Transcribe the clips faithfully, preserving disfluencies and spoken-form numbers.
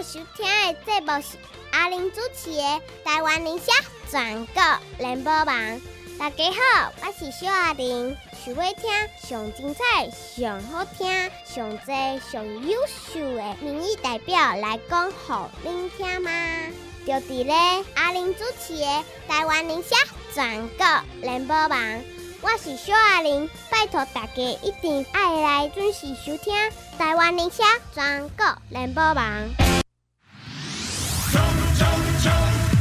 收听的节目是阿玲主持的《台湾理社全国联播网》。大家好，我是小阿玲，想要听上精彩、上好听、上多、上优秀的民意代表来讲给您听吗？就伫咧阿玲主持的《台湾理社全国联播网》。我是小阿玲，拜托大家一定要来准时收听台湾理社全国联播网。 冲冲冲！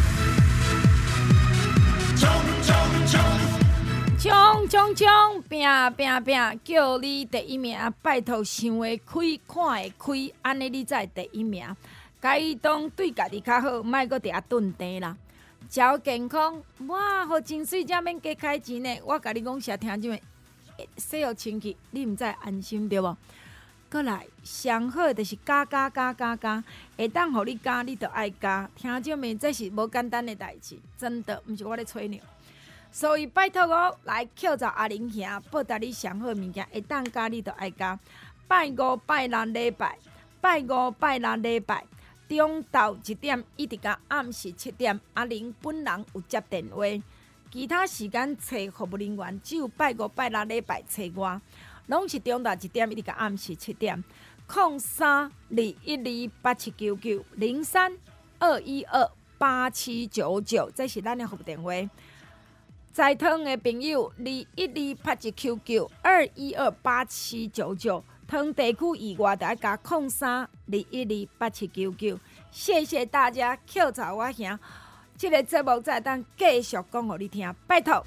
冲冲冲！ 冲冲冲！拼拼拼！叫你第一名，拜托想会开看会开，安尼你才会第一名。该当对家己较好，莫搁伫遐顿地啦。照健康，哇，好真水才免加开钱呢。我甲你讲，常听种诶，洗好清气，你毋知安心对无？过来，上好就是加加加加加，会当互你加，你就爱加。听种面，这是无简单的代志，真的毋是我咧吹牛。所以拜托我来扣着阿玲兄，报答你上好物件，会当加你就爱加。拜五拜六礼拜，拜五拜六礼拜。中昼一点一直到暗时七点，阿玲本人有接电话，其他时间找服务人员只有拜五拜六礼拜找我，拢是中昼一点一直到暗时七点。零三二一二八七九九零三二一二八七九九，这是咱的服务电话。在汤的朋友，二一二八一九九二一二八七九九。汤地区以外，就要加零三二一二八七九九。谢谢大家，扣查我兄，这个节目再当继续讲给你听，拜托。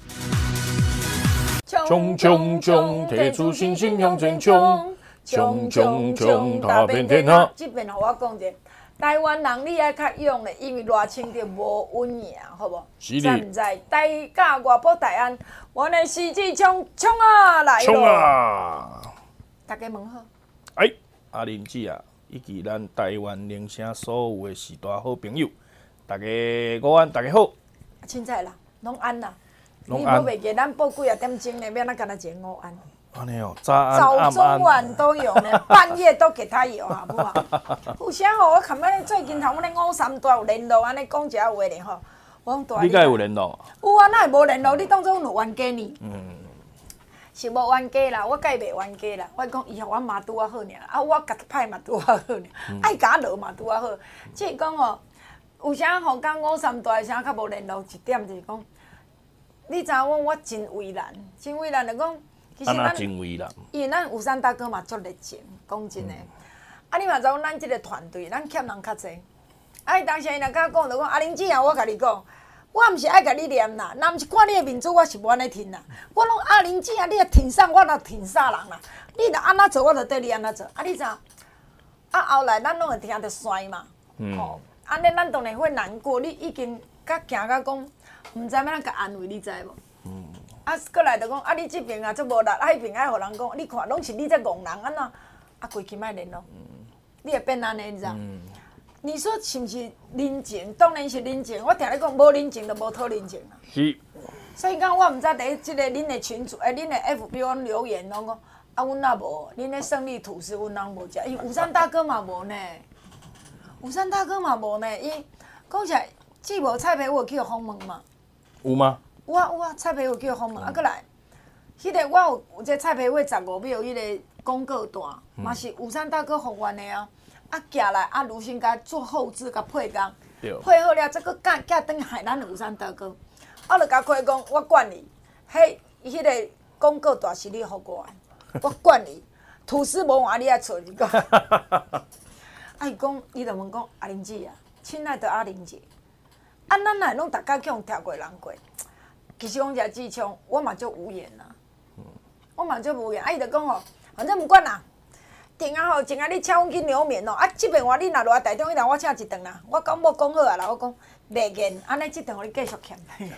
冲冲冲，提出信心向前冲，冲冲冲，踏遍天下。 这边互我讲者，台湾人你爱较勇咧，因为热清着无稳赢，好无？ 是的。 知唔知？大家外保大安，阮的狮子冲冲啊来冲啊！ 大家问好。 哎，阿玲姐啊，以及咱台湾铃声所有的时代好朋友，大家午安，大家好。 凊彩啦，拢安啦。 拢安。 你无袂记，咱报几啊点钟呢？免咱干那一个午安。 安尼哦，早安、暗安。 早中晚都有呢，半夜都给他有，好不好？有啥吼？我看摆最近头阮咧五三大有联络，安尼讲一下话咧吼。我讲大。 你敢有联络？ 有啊，哪会无联络？你当作阮有冤家呢？ 嗯。 是无冤家啦，我甲伊袂冤家啦。我讲以后我嘛拄啊好尔，啊我甲歹嘛拄啊好尔，爱甲落嘛拄啊好。即是讲哦，有啥吼讲五三大啥较无联络一点，就是讲，你知影我我真为难，真为难就讲，其实咱真为难， 因为咱有山大哥嘛足热情，讲真诶。啊，你嘛知影咱即个团队，咱欠人较济。啊，伊当时伊若甲我讲，就讲阿玲姐啊，我甲你讲。我毋是爱甲你念啦，若毋是看你的面子，我是无安尼听啦。我拢阿玲姐啊，你若挺上，我若挺啥人啦。你若安怎做，我就对你安怎做。啊，你知？啊，后来咱拢会听着衰嘛。嗯。吼、哦，安尼咱当然会难过。你已经甲行甲讲，毋知要怎甲安慰，你知无？嗯。啊，过来就讲，啊，你即边啊，足无力，啊，迄边爱互人讲，你看，拢是你这戆人，安怎？啊，规气莫联络。嗯。你会变安尼，你知？嗯。你说是不是人情？当然是人情。我听你讲，无人情就无讨人情啦。 是。 所以讲，我毋知伫即个恁的群组，诶，恁的 F B 阮留言拢讲，啊，阮也无，恁的胜利吐司阮人无食，伊武山大哥嘛无呢，武山大哥嘛无呢，伊讲起来，既无蔡培有去互访问嘛？ 有吗？ 有啊有啊，蔡培有去互访问，啊，过来，迄个我有有这蔡培会十五秒迄个广告单，嘛是武山大哥互阮的啊。啊，寄来啊，卢先甲做后置甲配工，配好了，再搁寄寄转海咱武山大哥，我就甲佢讲，我管你，迄迄个广告大是你互我的，我管你，吐司无换你爱找你讲。啊，伊讲，伊就问讲阿玲姐啊，亲爱的阿玲姐，啊，咱来拢大家叫跳过人过，其实讲只志强，我嘛足无言啦，我嘛足无言，啊，伊就讲吼，反正毋管啦。定啊吼，静啊！你请阮去牛眠哦。啊，即边话你若落来台中，伊若我请一顿啦。我讲要讲好啊啦，我讲袂瘾，安尼即顿互你继续欠。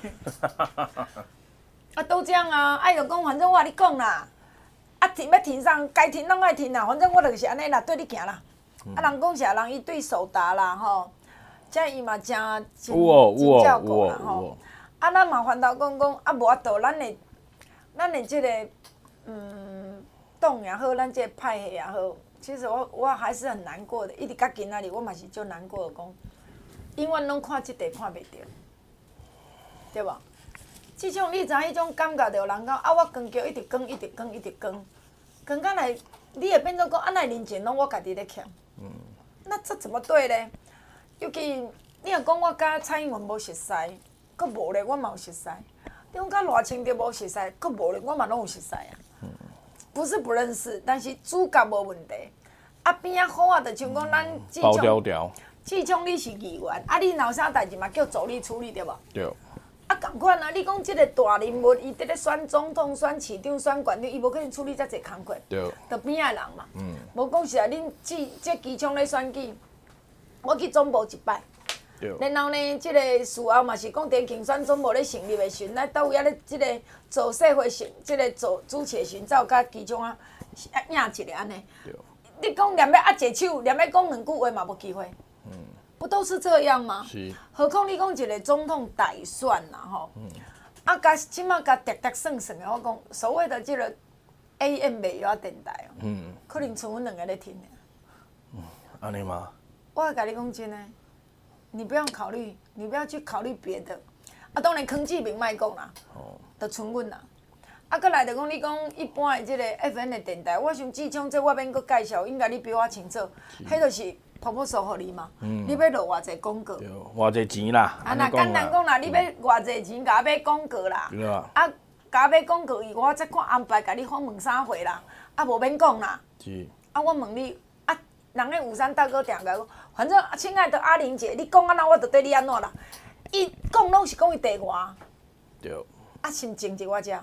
啊，都这样啊！啊，就讲反正我甲你讲啦，啊，停要停上，该停拢爱停啦。反正我就是安尼啦，对你行啦。啊，人讲啥人伊对手达啦吼，这伊嘛真真真照顾啦吼。啊，咱嘛烦恼讲讲，啊无法度，咱的咱的即个嗯。党也好，咱这派系也好， 其实我我还是很难过的，一直到今仔日我嘛是足难过的，讲永远拢看即题看袂着，对无？即种你知影迄种感觉着人讲啊，我光叫一直光，一直光，一直光，光到来，你会变做讲啊，那人情拢我家己咧欠。嗯。那这怎么对咧？尤其你若讲我甲蔡英文无熟识，佫无咧，我嘛有熟识。你讲甲赖清德无熟识，佫无咧，我嘛拢有熟识啊。嗯。不是不认识，但是主角无问题。啊边仔好啊，就像讲咱志包聪， 条条。 志聪你是议员，啊你若有啥代志嘛叫助理处理对无？ 对。 啊，共款啊！你讲即个大人物，伊伫咧选总统、选市长、选县长，伊无可能处理遮济工课， 对。 就边仔人嘛。 嗯。 无讲实在，恁即即机枪咧选举，我去总部一摆。 对。 然后呢，即个事后嘛是讲伫竞选总部咧成立的时阵，咱倒位啊咧即个做社会成，即个做主持的时阵，才有甲机枪啊影一个安尼。 对。 你讲连要握一手，连要讲两句话嘛无机会。嗯。不都是这样吗？ 是。 何况你讲一个总统大选啦，吼。嗯。啊，甲即马甲直直算算的，我讲所谓的即个 A M 袂晓电台哦。嗯。可能剩阮两个咧听的。 嗯，安尼吗？ 我甲你讲真诶，你不要考虑，你不要去考虑别的。啊，当然康志明莫讲啦。哦。就剩阮啦。啊，搁来就讲你讲一般的即个 F M 的电台，我想志聪这我免搁介绍，应该你比我清楚。迄就是。婆婆收互你嘛，嗯、你要落偌济广告？ 偌济钱啦。 啊，那简单讲啦，你要偌济钱，甲我买广告啦。 对啊。 啊，甲我买广告以我再看安排，甲你访问啥货啦。啊，无免讲啦。 是。 啊，我问你，啊，人个五山大哥定甲讲，反正亲爱的阿玲姐，你讲安怎，我就对你安怎啦。伊讲拢是讲伊地外。 对。 啊，心情就我遮。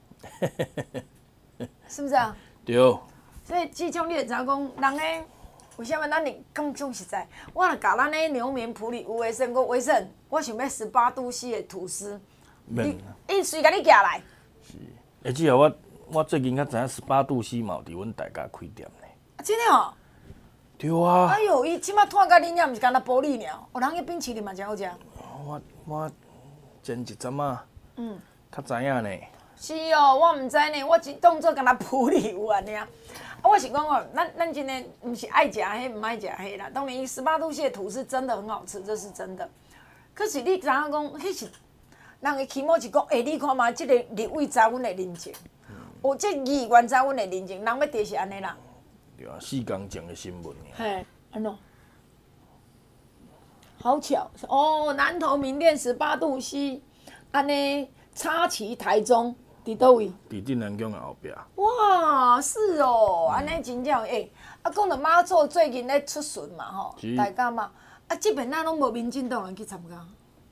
是不是啊？ 对。 所以即种你就知影讲，人个。为什么咱你讲讲实在？我若教咱的牛眠普洱有维生，我维生，我想要十八度 C 的吐司，你伊随甲你寄来。 是，而且我我最近才知影十八度 C 嘛有伫阮大家开店呢。 啊，真的哦。 对啊。 哎呦，伊即马摊甲恁遐，毋是干那玻璃尔，有人个冰淇淋嘛真好食。 我我前一阵啊，嗯，较知影呢。 是哦，我毋知呢，我只当做干那普洱有安尼啊。啊，我是讲哦，咱咱真的不是爱食迄，唔爱食迄啦。当然，十八度 C 的吐司真的很好吃，这是真的。可是你知影讲，迄是人的起码是讲，哎，你看嘛，这个立委知阮的人情，有这议员知阮的人情，人要地是安尼啦。 对啊，四公前的新闻。 嘿，安怎？好巧哦，南投民店十八度 C， 安尼插旗台中。伫倒位？ 伫镇南宫的后壁。 哇，是哦，安尼真正诶。啊，讲到马祖最近咧出巡嘛吼，大家嘛，啊，即边咱拢无民进党人去参加。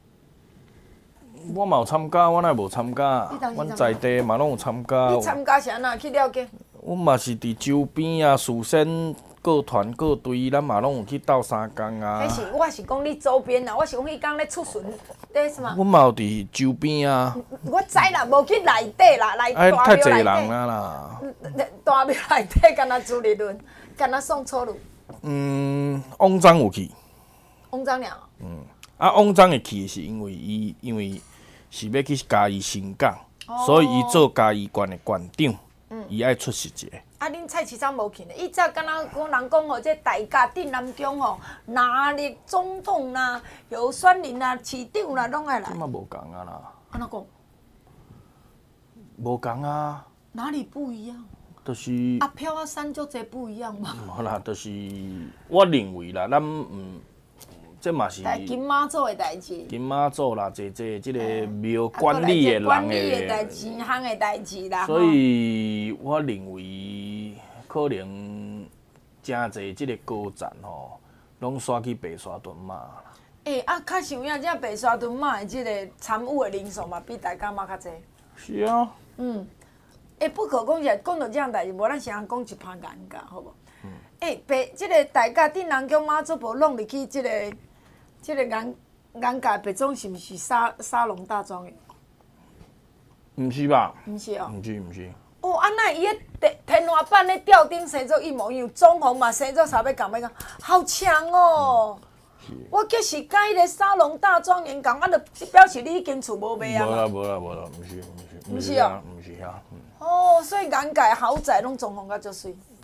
我嘛有参加，我哪无参加？阮在地嘛拢有参加。 你参加是安那去了解？ 阮嘛是伫周边啊，蜀山各团各队，咱嘛拢有去斗三工啊。 迄是，我是讲你周边啊，我是讲迄工咧出巡，对是嘛？ 阮嘛有伫周边啊。 我知啦，无去内底啦，内大庙内底。 哎，太侪人啊啦。 大庙内底敢若朱立伦，敢若宋楚瑜。 嗯，王章有去。 王章了。 嗯，啊，王章会去是因为伊因为是要去嘉义新港，哦、所以伊做嘉义县的县长，伊爱、嗯、出席一下。 啊，恁蔡市长无去呢？伊早敢若讲人讲吼，这大家镇南宫吼，哪里总统啦、有选人啦、市长啦，拢爱来。 即嘛无共啊啦。 安怎讲？ 无共啊。 哪里不一样？ 就是啊，飘啊山就这不一样嘛。 好啦，就是我认为啦，咱嗯，这嘛是金马祖的代志。 金马祖啦，这这即个庙管理的人的管理的代志、行的代志啦。 所以我认为可能真侪即个高站吼，拢刷去白沙屯马啦。 诶、欸，啊，较想影这白沙屯马的即个参与的人数嘛，比大家嘛较济。 是啊。 嗯。诶、欸，不可讲是讲到这样代志，无咱先讲一盘眼噶，好无？嗯。诶、欸，白即、这个大家镇南宫妈祖婆弄入去即、这个即、这个眼眼界白种是毋是沙沙龙大庄园？ 毋是吧？ 毋是哦。 毋是毋是。 哦，安那伊个天花板咧吊顶生做一模一样，装潢嘛生做差要共要共，好强哦！嗯、我叫是甲迄个沙龙大庄园共，啊，就表示你已经厝无买啊。 无啦无啦无啦，毋是毋是。 毋是哦， 毋是遐。 哦，所以眼界豪宅拢装潢甲足水。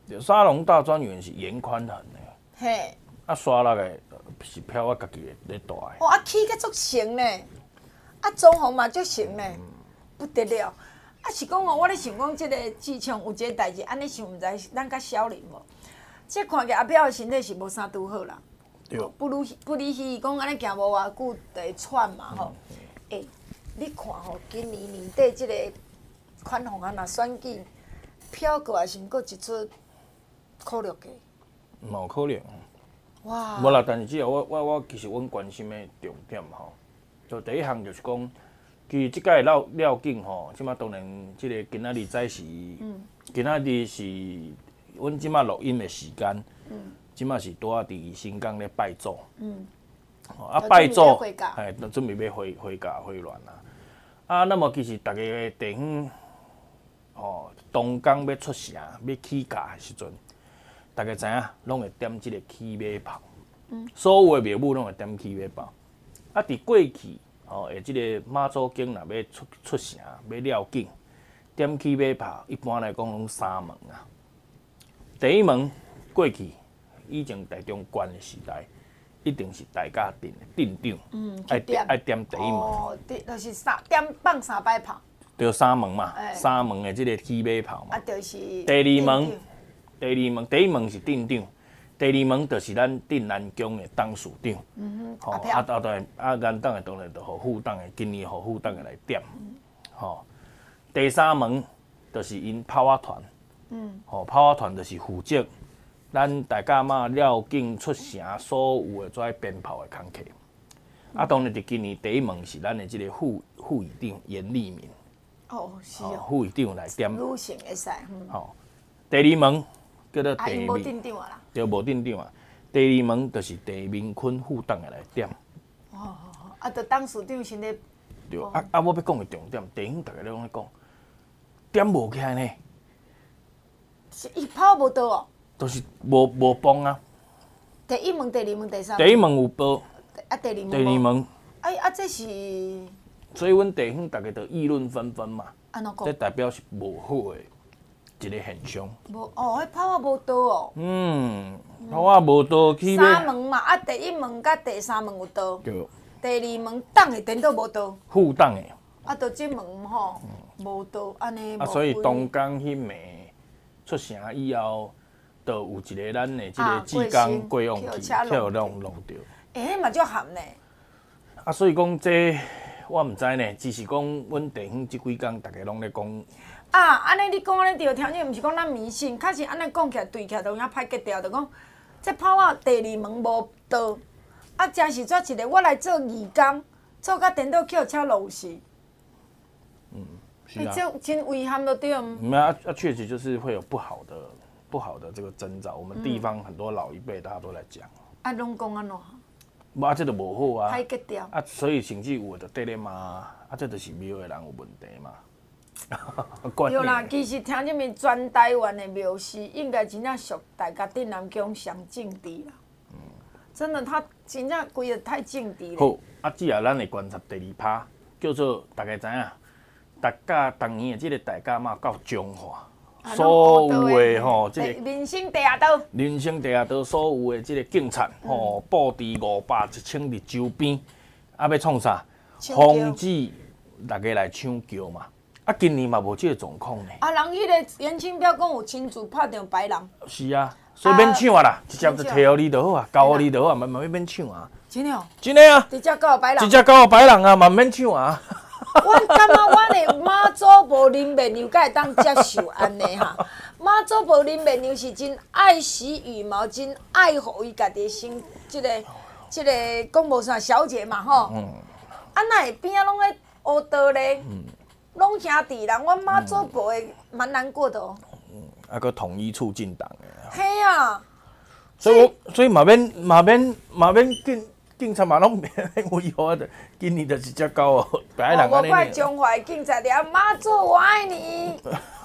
就沙龙大专园是严宽恒的， 嘿， 啊沙拉的是飘我家己的咧带的。 哦，啊起个足成呢，啊装潢嘛足成呢，不得了。啊是讲哦，我咧想讲，即个志强有一个代志，安尼想毋知咱甲小林无？即看起阿表的身体是无啥拄好啦。 对。 不如不离稀，讲安尼行无偌久就会喘嘛吼。诶、欸，你看吼，今年年底即个款项啊，若选举飘过来，是毋过一出可乐价？ 嘛有可能。 哇！ 无啦，但是只要我我我其实阮关心的重点吼，就第一项就是讲，其实即届了了境吼，即马当然即个今仔日早是，嗯、今仔日是阮即马录音的时间，嗯、即马是拄啊伫新港咧拜祖，嗯、啊拜祖，哎，都准备要回回家回銮啦。啊，那么其实大家的地方，吼，东港要出城要起价的时阵。大家知影，拢会点即个起码炮，嗯、所有的庙宇拢会点起码炮。啊，伫过去，哦，诶，即个妈祖经若要出出城，要了境，点起码炮，一般来讲拢三门啊。第一门过去以前大中关的时代，一定是大家定的定长，嗯，爱点爱点第一门。 哦，对，就是三点放三摆炮。 就三门嘛， 欸、 三门的即个起码炮嘛。 啊，就是第二门。第二门，第一门是镇长，第二门就是咱镇南宫的董事长。嗯哼，吼，啊，当然，啊，咱党的当然就互副党的，今年互副党的来点。吼、嗯，第三门就是因炮仔团。嗯，吼，炮仔团就是负责咱大家嘛了境出城所有的做编炮的工课。嗯、啊，当然，伫今年第一门是咱的即个副副议长严立民。 哦，是哦。 副议长来点。 女性会使。嗯。 吼，第二门。叫做地民， 对，无镇长啊。第二门就是地民坤副党的来点。 哦，啊，就董事长先咧。 对，啊啊，我要讲的重点，地方大家拢咧讲，点无起来呢？ 是伊炮无到哦。 就是无无帮啊。 第一门、第二门、第三。 第一门有报。 啊，第二门。 第二门。 哎啊，这是。 所以，阮地方大家都议论纷纷嘛。 安怎讲？ 这代表是无好的。一个现象。 无哦，迄炮仔无到哦。 嗯，炮仔无到去。 三门嘛，啊，第一门甲第三门有到。 对。 第二门党的颠倒无到。 副党的。 啊，到即门吼，无到，安尼。 啊，所以东港迄暝出城以后，就有一个咱的即个志刚过往去，票弄弄着。 诶，嘛足含呢。 啊，所以讲这我毋知呢，只是讲阮地方即几工大家拢咧讲。 啊，安尼你讲安尼对，听见毋是讲咱迷信，确实安尼讲起来对起来就遐歹结掉，就讲这炮仔第二门无到，啊，真是遮一个我来做义工，做甲颠倒叫车落死。 嗯，是啊。 这真遗憾了对。 嗯啊啊，确实就是会有不好的不好的这个征兆，我们地方很多老一辈大家都在讲。 啊，拢讲安怎？ 无啊，这都无好啊。 歹结掉。 啊，所以甚至有的就对咧骂，啊，这就是庙的人有问题嘛。 对啦，其实听这面全台湾的庙事，应该真正属大家镇南宫上正直啦。嗯，真的，他真正规个太正直了。 好，啊，只要咱会观察第二趴，叫做大家知影，大家当年的这个大家嘛，到中华，所有的吼，这个人生地下道， 人生地下道所有的这个警察吼，布置五百一千伫周边，啊，要创啥？防止大家来抢桥嘛。啊，今年嘛无这个状况呢。 啊，人迄个严清标讲有亲自拍着白人。 是啊，所以免抢啊啦，直接就摕互你就好啊，交互你就好啊，嘛嘛免抢啊。 真的哦。 真的啊。 直接交白人。 直接交互白人啊，嘛免抢啊。 我感觉阮的妈祖无啉面油，敢会当接受安尼哈？妈祖无啉面油是真爱惜羽毛，真爱护伊家己身，即个即个讲无啥小姐嘛吼。嗯。啊，哪会边仔拢咧乌道咧？嗯。拢兄弟人，阮妈祖婆会蛮难过的哦。 嗯，啊，佮统一促进党的。 嘿啊！ 所以我所以嘛免嘛免嘛免警警察嘛拢免为何的，今年就是只交哦，白人安尼。 我怪中华警察了，妈祖我爱你。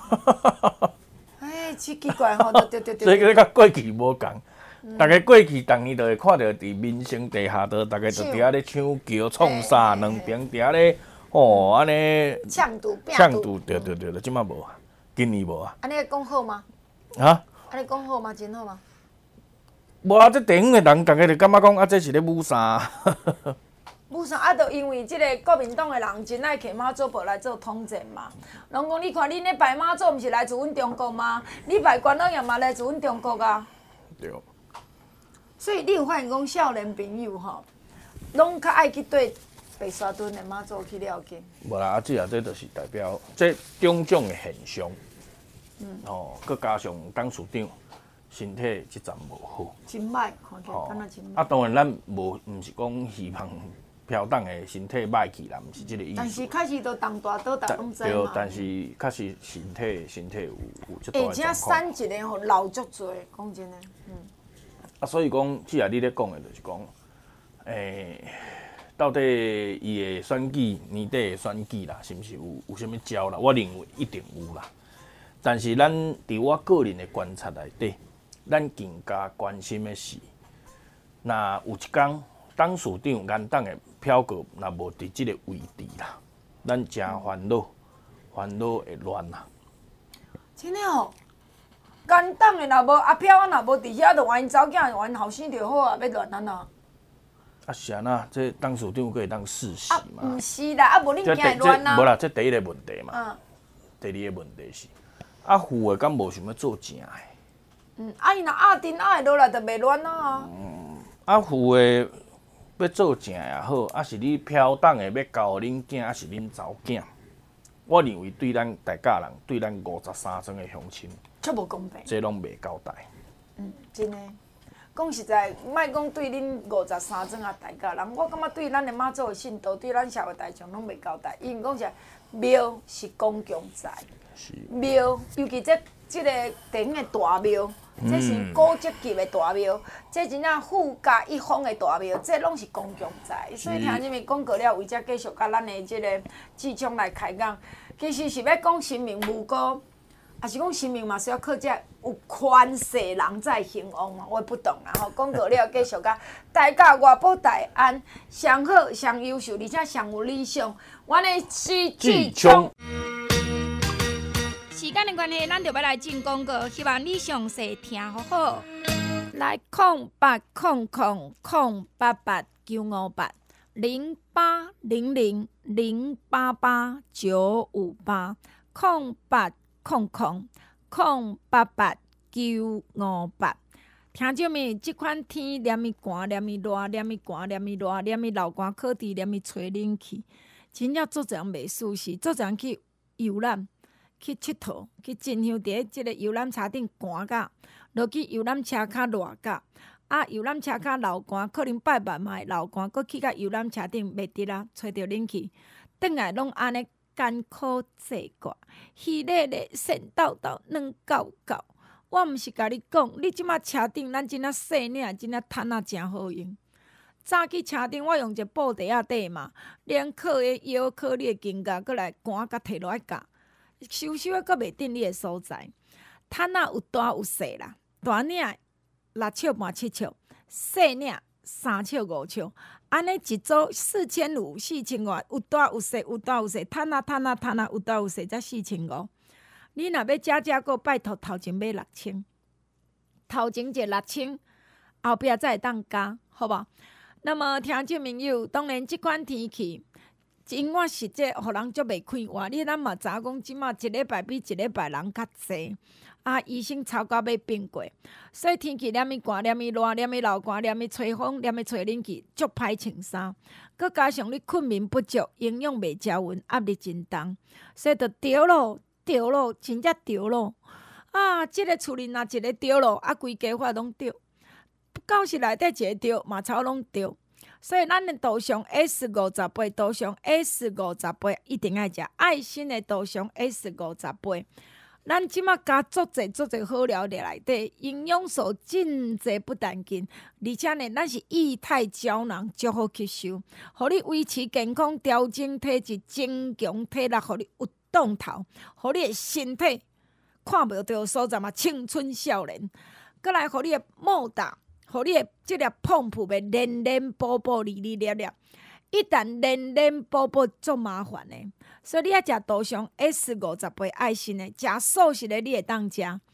哎，奇奇怪吼，对对对。 所以佮甲过去无共，大家过去当年就会看到伫民生地下道，大家就伫遐咧抢桥创啥，两边伫遐咧。哦，安尼呛赌， 呛赌，对对对对，即摆无啊，今年无啊。 安尼讲好吗？ 啊， 安尼讲好吗？真好吗？ 无啊，这地方的人，大家就感觉讲啊，这是咧舞衫。 舞衫啊，就因为即个国民党的人真爱摕马祖婆来做统战嘛。人讲，你看恁咧拜马祖，毋是来自阮中国吗？你拜关老爷嘛来自阮中国啊。 对。 所以你有发现讲，少年朋友吼，拢较爱去对白沙屯的马祖去了解。 无啦，啊，这啊，这就是代表这种种的现象。嗯。哦，佮加上董事长身体即阵无好。 真歹，看起来敢若真歹。 啊，当然咱无，毋是讲希望飘党的身体歹去啦，毋是即个意思。 但是开始都动大倒，大家拢知嘛。 对，但是确实身体身体有有即大的状况。而且产一个吼老足多，讲真诶，嗯。 啊，所以讲，既然你咧讲的，就是讲，诶、欸，到底伊的选举年底的选举啦，是毋是有有啥物招啦？我认为一定有啦。但是咱伫我个人的观察内底，咱更加关心的是，若有一天董事长颜党的票格若无伫即个位置啦，咱真烦恼，烦恼会乱啦。 真的哦。简单的若无阿飘啊，若无伫遐，就换因查囝，换后生就好啊，要乱安怎？ 啊是安那，这董事长可以当世袭嘛？ 啊，毋是啦，啊无恁惊会乱啊？ 无啦，这第一个问题嘛。 嗯。 第二个问题是，啊副的敢无想要做正的？ 嗯，啊伊若压阵压会落来，就袂乱啊。 嗯，啊副的要做正也好，啊是你飘党的要交恁囝，啊是恁查囝？我认为对咱大家人，对咱五十三庄的乡亲。 足无公平， 这拢袂交代。 嗯，真诶，讲实在，莫讲对恁五十三庄啊大家人，我感觉对咱的妈祖的信徒，对咱社会大众拢袂交代。因为讲实在，庙是公共财，庙尤其这这个地方的大庙，这是古迹级的大庙，这真正富甲一方的大庙，这拢是公共财。所以听入面讲过了，为则继续甲咱的这个志强来开讲，其实是要讲生命无辜。也是讲生命嘛，是要靠这有权势人在兴旺嘛，我不懂啦吼。讲过了，继续甲大家外保大安，上好、上优秀，而且上有理想。阮的是志强。时间的关系，咱就要来进广告，希望你详细听好好。来，空八空空空八八九五八零八零零零八八九五八空八。空空空八八九五八，听众们，即款天连咪寒，连咪热，连咪寒，连咪热，连咪流汗，可伫连咪吹冷气，真正做人袂舒适，做人去游览、去佚佗、去进香伫即个游览车顶寒甲，落去游览车较热甲，啊游览车较流汗，可能拜拜嘛会流汗，搁去甲游览车顶袂得啊，吹着冷气，转来拢安尼。艰苦济惯，稀咧咧，跣斗斗，软狗狗。我毋是甲你讲，你即马车顶咱真仔细领，真仔毯仔真好用。早起车顶我用一个布袋仔底嘛，连靠的腰、靠你的肩胛，搁来赶甲摕落来夹，收收的搁袂顶你的所在。毯仔有大有细啦，大领六尺半七尺，细领三尺五尺。安尼一组四千五、四千外，有大有细，有大有细，摊啊摊啊摊啊，有大有细，才四千五。你若要加价购，拜托头前买六千，头前一六千，后壁才会当加，好无？那么听众朋友，当然即款天气，因我实际互人足袂快活。你咱嘛知影讲，即马一礼拜比一礼拜人较济。啊，医生超到要变过，所以天气连咪寒，连咪热，连咪流汗，连咪吹风，连咪吹冷气，足歹穿衫。佮加上你困眠不足，营养袂均匀，压力真重，所以就着咯，着咯，真正着咯。啊，即、这个厝里若一个着咯，啊，规家伙拢着。教室内底一个着，嘛超拢着。所以咱的豆上 S 五十八，豆上 S 五十八一定爱食，爱心的豆上 S 五十八。咱即马加足侪足侪好料伫内底，营养素真侪不但紧，而且呢，咱是液态胶囊，足好吸收，互你维持健康、调整体质、增强体力，互你有动头，互你的身体看袂到所在嘛，青春少年。搁来，互你的毛达，互你的即粒碰扑袂连连补补、哩哩咧咧。一旦连连补补足麻烦的，所以你要食豆上 S 五十八爱心的，食素食的你会当食，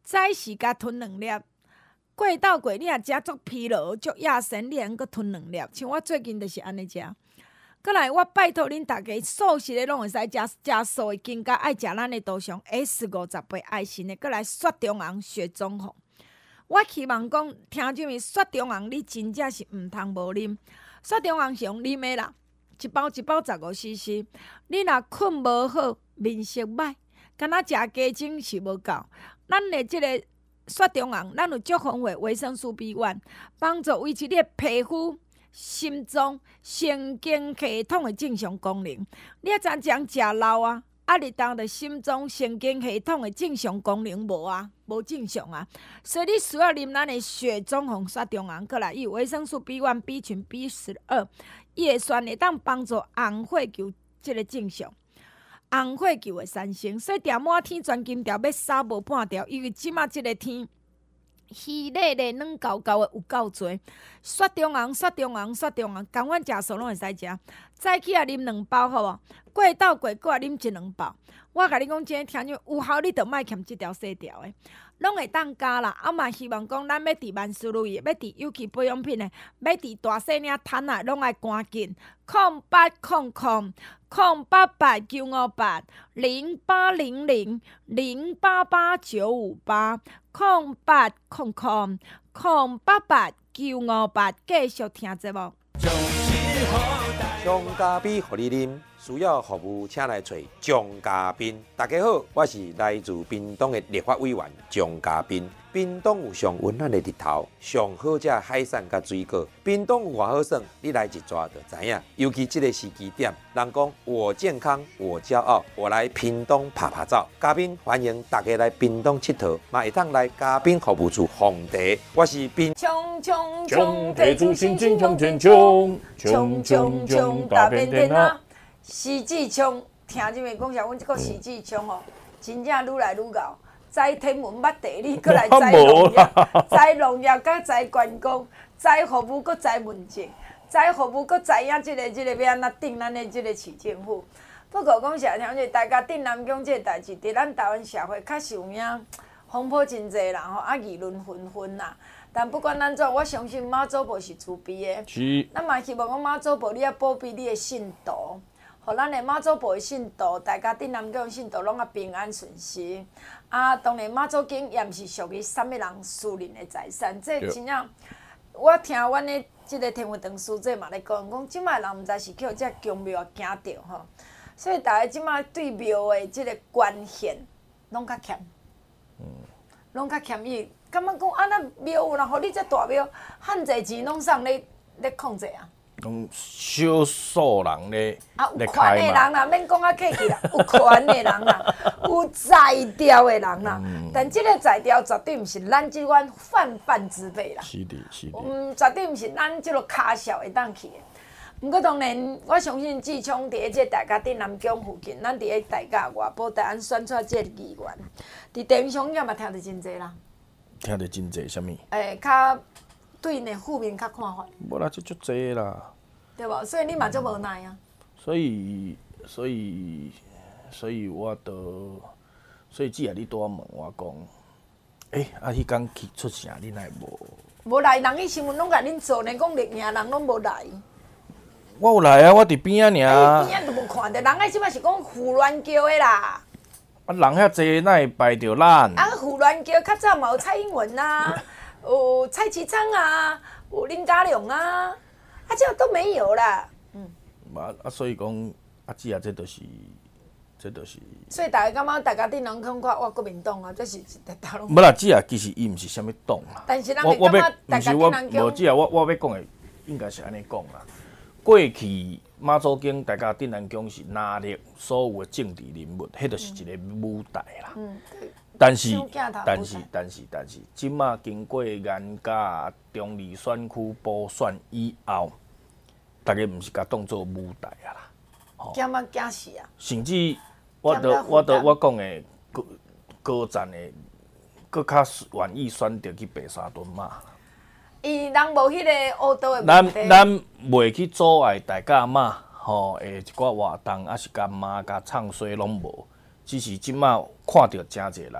早时甲吞两粒，过到过你若食足疲劳、足亚神，你还阁吞两粒。像我最近就是安尼食。过来，我拜托恁逐家，素食的拢会使食食素的，更加爱食咱的豆上 S 五十八爱心的，过来雪中红、雪中红。我希望讲，听众们，雪中红你真正是毋通无啉。雪中红是用啉的啦，一包一包十五 C C。你若困无好，面色歹，敢若食鸡精是无够。咱的即个雪中红，咱有足丰富维生素 B 一，帮助维持你的皮肤。心脏、神经系统的正常功能，你啊怎讲食老啊？啊，你当着心脏、神经系统的正常功能无啊？无正常啊！所以你需要啉咱的雪中红、雪中红，过来伊有维生素 B 一、B 群、B 十二，叶酸会当帮助红血球即个正常。红血球的产生，所以条满天全金条要杀无半条，因为即马即个天。鱼类的、软厚厚的有够多，雪中红、雪中红、雪中红，共阮食素拢会使食。早起啊啉两包好无？过到过过啊啉一两包。我甲你讲，真听种有效，你着莫欠即条细条的，拢会当加啦。啊嘛希望讲，咱要伫万事如意，要伫有机保养品的，要伫大细领摊啊，拢爱赶紧。空八空空空八八九五八零八零零零八八九五八。空八空空空八八九五八，继续听节目。 张家宾互你啉，需要服务请来找张家宾。大家好，我是来自屏东的立法委员张家宾。屏东有上温暖的日头，上好食海产甲水果。屏东有偌好耍，你来一抓就知影。尤其这个时机点，人讲我健康我骄傲，我来屏东拍拍照。嘉宾欢迎大家来屏东佚佗，嘛会当来嘉宾服务处奉茶。我是屏。 冲冲冲，提出心情冲冲冲，冲冲冲，大变天啊！ 徐志聪，听这边讲下，阮这个徐志聪哦，真正愈来愈熬。栽天文、捌地理，搁来栽农业，栽农业，甲栽观光，栽服务，搁栽文政，栽服务，搁知影即个、即个要安怎顶咱的即个市政府。不过讲实听者，大家顶南疆即个代志，伫咱台湾社会确实有影风波真济啦，吼，啊议论纷纷啦。但不管安怎，我相信妈祖婆是慈悲的。 是。 咱嘛希望讲妈祖婆，你要保庇你的信徒。互咱的妈祖婆的信徒，大家顶南疆信徒拢啊平安顺遂。啊，当然妈祖经也毋是属于啥物人私人的财产，这真正我听阮的即个天文堂师姐嘛咧讲，讲即摆人毋知是叫这宫庙惊着吼，所以大家即摆对庙的即个关献拢较欠，嗯，拢较欠伊，感觉讲啊那庙有人互你这大庙，汉济钱拢送咧咧控制啊。 讲少数人咧咧啊有权开嘛， 的人啦，免讲啊客气啦，有权的人啦，有才调的人啦。 嗯、 但即个才调绝对毋是咱即款泛泛之辈啦。 是的，是的。 嗯，绝对毋是咱即落骹小会当去的。毋过当然，我相信志聪伫即大家顶南疆附近，咱伫咧大家外埔台湾选出即个议员，伫地方上也嘛听得真济啦。 听得真济，啥物？ 诶，较对呢负面较看法。 无啦，这足济啦。 对无？所以你嘛足无奈啊。 所以，所以，所以我都，所以只要你拄仔问我讲，诶、欸，啊，迄天去出啥，你奈无？ 无来，人迄新闻拢甲恁做呢，讲历年人拢无来。 我有来啊，我伫边仔尔。 边仔都无看到，人迄即摆是讲胡乱叫的啦。 啊，人遐济，哪会排着咱？ 啊，胡乱叫，较早嘛有蔡英文啊，有蔡其昌啊，有林佳龙啊，啊，这都没有啦。嗯。 嘛啊，所以讲啊，只啊，这都是，这都是。 所以大家感觉大家顶人看看我国民党啊，这是一大拢。 无啦，只啊，其实伊毋是啥物党啦。 但是咱我我要， 大家毋是我， 顶人无只啊，我我要讲的应该是安尼讲啦。过去妈祖经大家顶南宫是拿捏所有的政治人物，迄就是一个舞台啦。嗯，但是，但是，但是，但是，即马经过严甲中立选区补选以后，大家毋是甲当做舞台啊啦。 惊啊惊死啊！ 甚至我都我都我讲的高高站的，搁较愿意选择去白沙屯嘛。 伊人无迄个乌道的咱问题。 咱袂去阻碍大家嘛，吼，诶，一寡活动，还是干妈、甲唱衰拢无。只是即马看到真侪人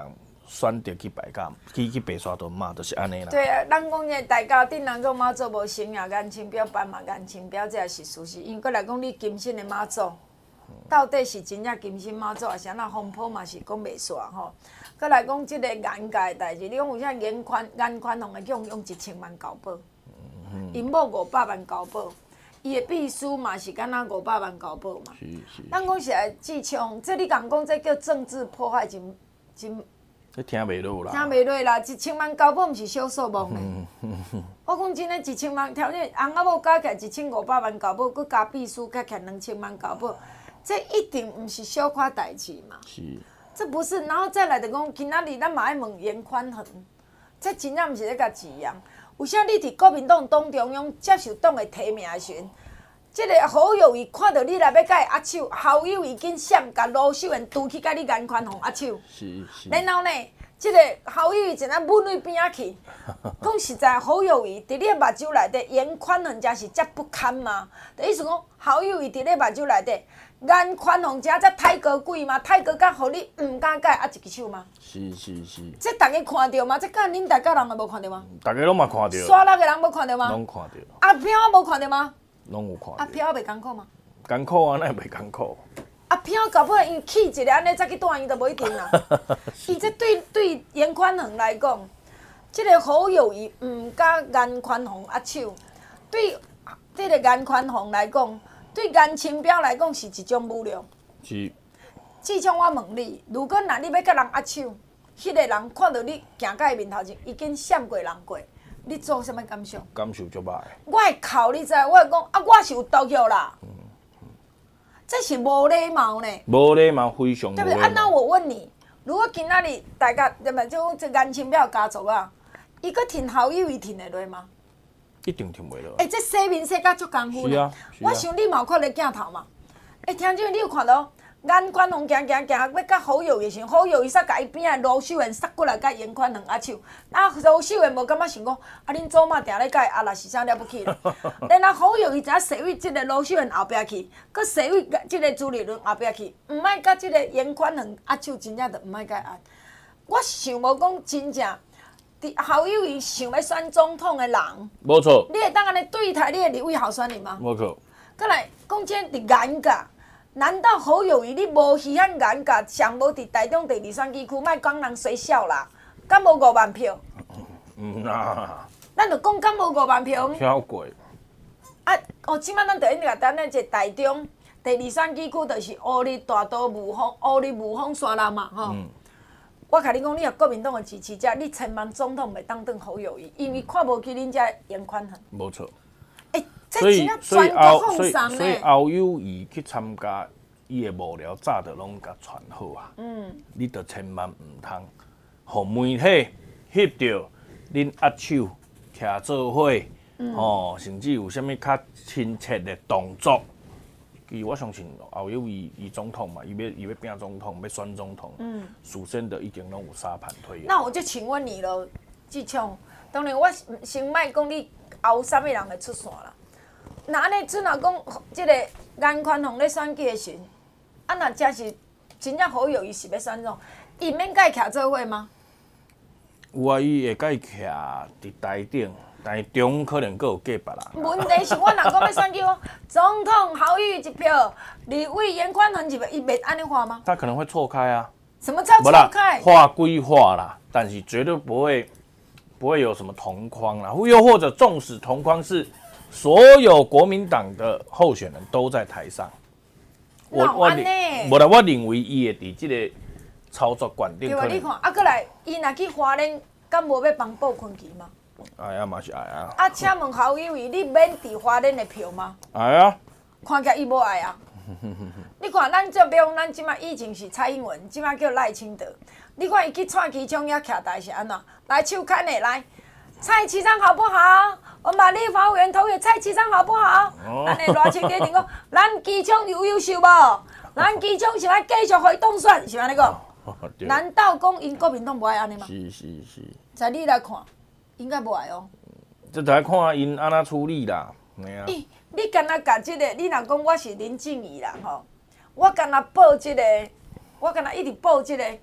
选择去白家去去白沙屯嘛，就是安尼啦。 对啊，咱讲个大家顶人讲妈祖无生啊，眼青标斑马眼青标，这也是事实。因为过来讲，你金身的妈祖，到底是真正金身妈祖，还是安那风波嘛是讲袂煞吼？过来讲，即个眼界的代志，你讲有啥眼宽眼宽红的用用一千万交保，因某五百万交保。伊的秘书嘛是敢若五百万交保嘛， 是是。 咱讲是来自枪，这你共讲这叫政治迫害，真真这听袂落啦。 听袂落啦，一千万交保毋是小数目呢。我讲真诶，一千万条件翁仔某加起来一千五百万交保，佮加秘书加起来两千万交保，这一定毋是小可代志嘛。 是。 这不是，然后再来就讲，今仔日咱嘛爱问严宽恒，这真正毋是咧甲治洋。为啥你伫国民党党中央接受党的提名的时阵，即个侯友宜看到你来要甲伊握手，侯友宜紧闪，甲卢秀燕拄去甲你颜宽宏握手。 是是。 然后呢，即、这个侯友宜一咱吻你边仔去。讲实在，侯友宜伫你的目睭内底，颜宽宏才是遮不堪嘛。就意思讲，侯友宜伫你目睭内底，颜宽宏遮遮太高贵嘛，太高甲，互你毋敢甲伊握一支手嘛。 是是是。 这大家看到吗？这敢恁大家人也无看到吗？ 大家拢嘛看到。 刷六个人无看到吗？ 拢看到。 阿飘无看到吗？ 拢有看到。 阿飘袂艰苦吗？ 艰苦啊，那袂艰苦。 阿飘搞不好伊气一个安尼，再去带伊就无一定啦。伊这对对严宽宏来讲，即、这个侯友宜毋甲颜宽宏握手，对这个颜宽宏来讲，对颜清标来讲是一种侮辱。 是。 至少我问你，如果若你要甲人握手，迄、那个人看到你行到伊面头前，已经闪过人过，你做啥物感想？ 感受足歹。 我会哭，你知？我会讲啊，我是有毒药啦。嗯嗯、这是无礼貌呢。 无礼貌，非常无礼貌。 对不对？啊，那我问你，如果今仔日大家对不？就讲这颜清标家族啊，伊个挺侯友宜挺得落吗？ 一定挺袂落。 哎、欸，这洗面洗甲足功夫呢。 是啊。是啊我想你嘛有看咧镜头嘛？哎、欸，听众你有看到？颜宽宏行行行，要甲侯友宜时，侯友宜煞甲伊边仔卢秀燕杀过来，甲颜宽宏握手。啊，卢秀燕无感觉想讲，啊，恁祖妈定咧甲伊握啦，是啥了不起啦？然后侯友宜才坐位即个卢秀燕后壁去，佮坐位即个朱立伦后壁去，毋爱甲即个颜宽宏握手，真正就毋爱甲伊握。我想无讲真正，伫侯友宜想要选总统的人， 无错。 你会当安尼对待你的立委候选人吗？ 无错。 再来讲这伫颜价。难道侯友宜你无稀罕颜价，上无伫台中第二选区区，莫讲人衰小啦，敢无五万票？ 嗯啦。 咱就讲敢无五万票？ 超过。 啊，哦，即摆咱就应该等咧，一台中第二选区区，就是乌日大刀无风，乌日无风刷人嘛，吼。嗯、我甲你讲，你若国民党的支持者，你千万总统袂当当侯友宜，因为看无起恁遮颜宽宏。 无错。 欸所以，所以后，所以，所以侯侯友宜去参加，伊的幕僚早就拢甲传好啊。嗯。你着千万唔通，互媒体翕到恁握手、徛做伙，嗯、哦，甚至有啥物较亲切的动作。伊我相信侯友宜伊总统嘛，伊要伊要拼总统，要选总统，嗯，事先的已经拢有沙盘推演。 那我就请问你了，志强，当然我先莫讲你后啥物人会出线啦。那安尼，阵若讲即个颜宽宏咧选举的时，啊，若真是真正侯友宜是要选总，伊免甲伊徛做伙吗？ 有啊，伊会甲伊徛伫台顶，但是中可能佫有隔别人。 问题是我若讲要选举，总统侯友宜一票，立委颜宽宏一票，伊袂安尼画吗？ 他可能会错开啊。 什么叫错开？ 画归画啦，但是绝对不会不会有什么同框啦，又或者纵使同框是。所有国民党的候选人都在台上， 我我我啦，我认为伊会伫即个操作管定。 对啊，你看，啊，过来，伊若去花莲，敢无要帮报昆旗吗？ 哎呀，嘛是爱啊。 啊，请问侯友宜，你免伫花莲的票吗？ 爱啊。 看起来伊无爱啊。你看，咱这边咱即摆以前是蔡英文，即摆叫赖清德。你看伊去蔡其昌遐徛台是安怎？来手牵的来。蔡其昌好不好？我们把立法委员投给蔡其昌好不好？咱的热情家庭讲，咱其昌有优秀无？咱其昌是要继续回当选，是安尼讲？难道讲因国民党无爱安尼吗？ 是是是。 在你来看，应该无爱哦。 这就要看因安怎处理啦，嘿啊。 你你干那甲即个？你若讲我是林静怡啦吼，我干那报即个，我干那一直报即个。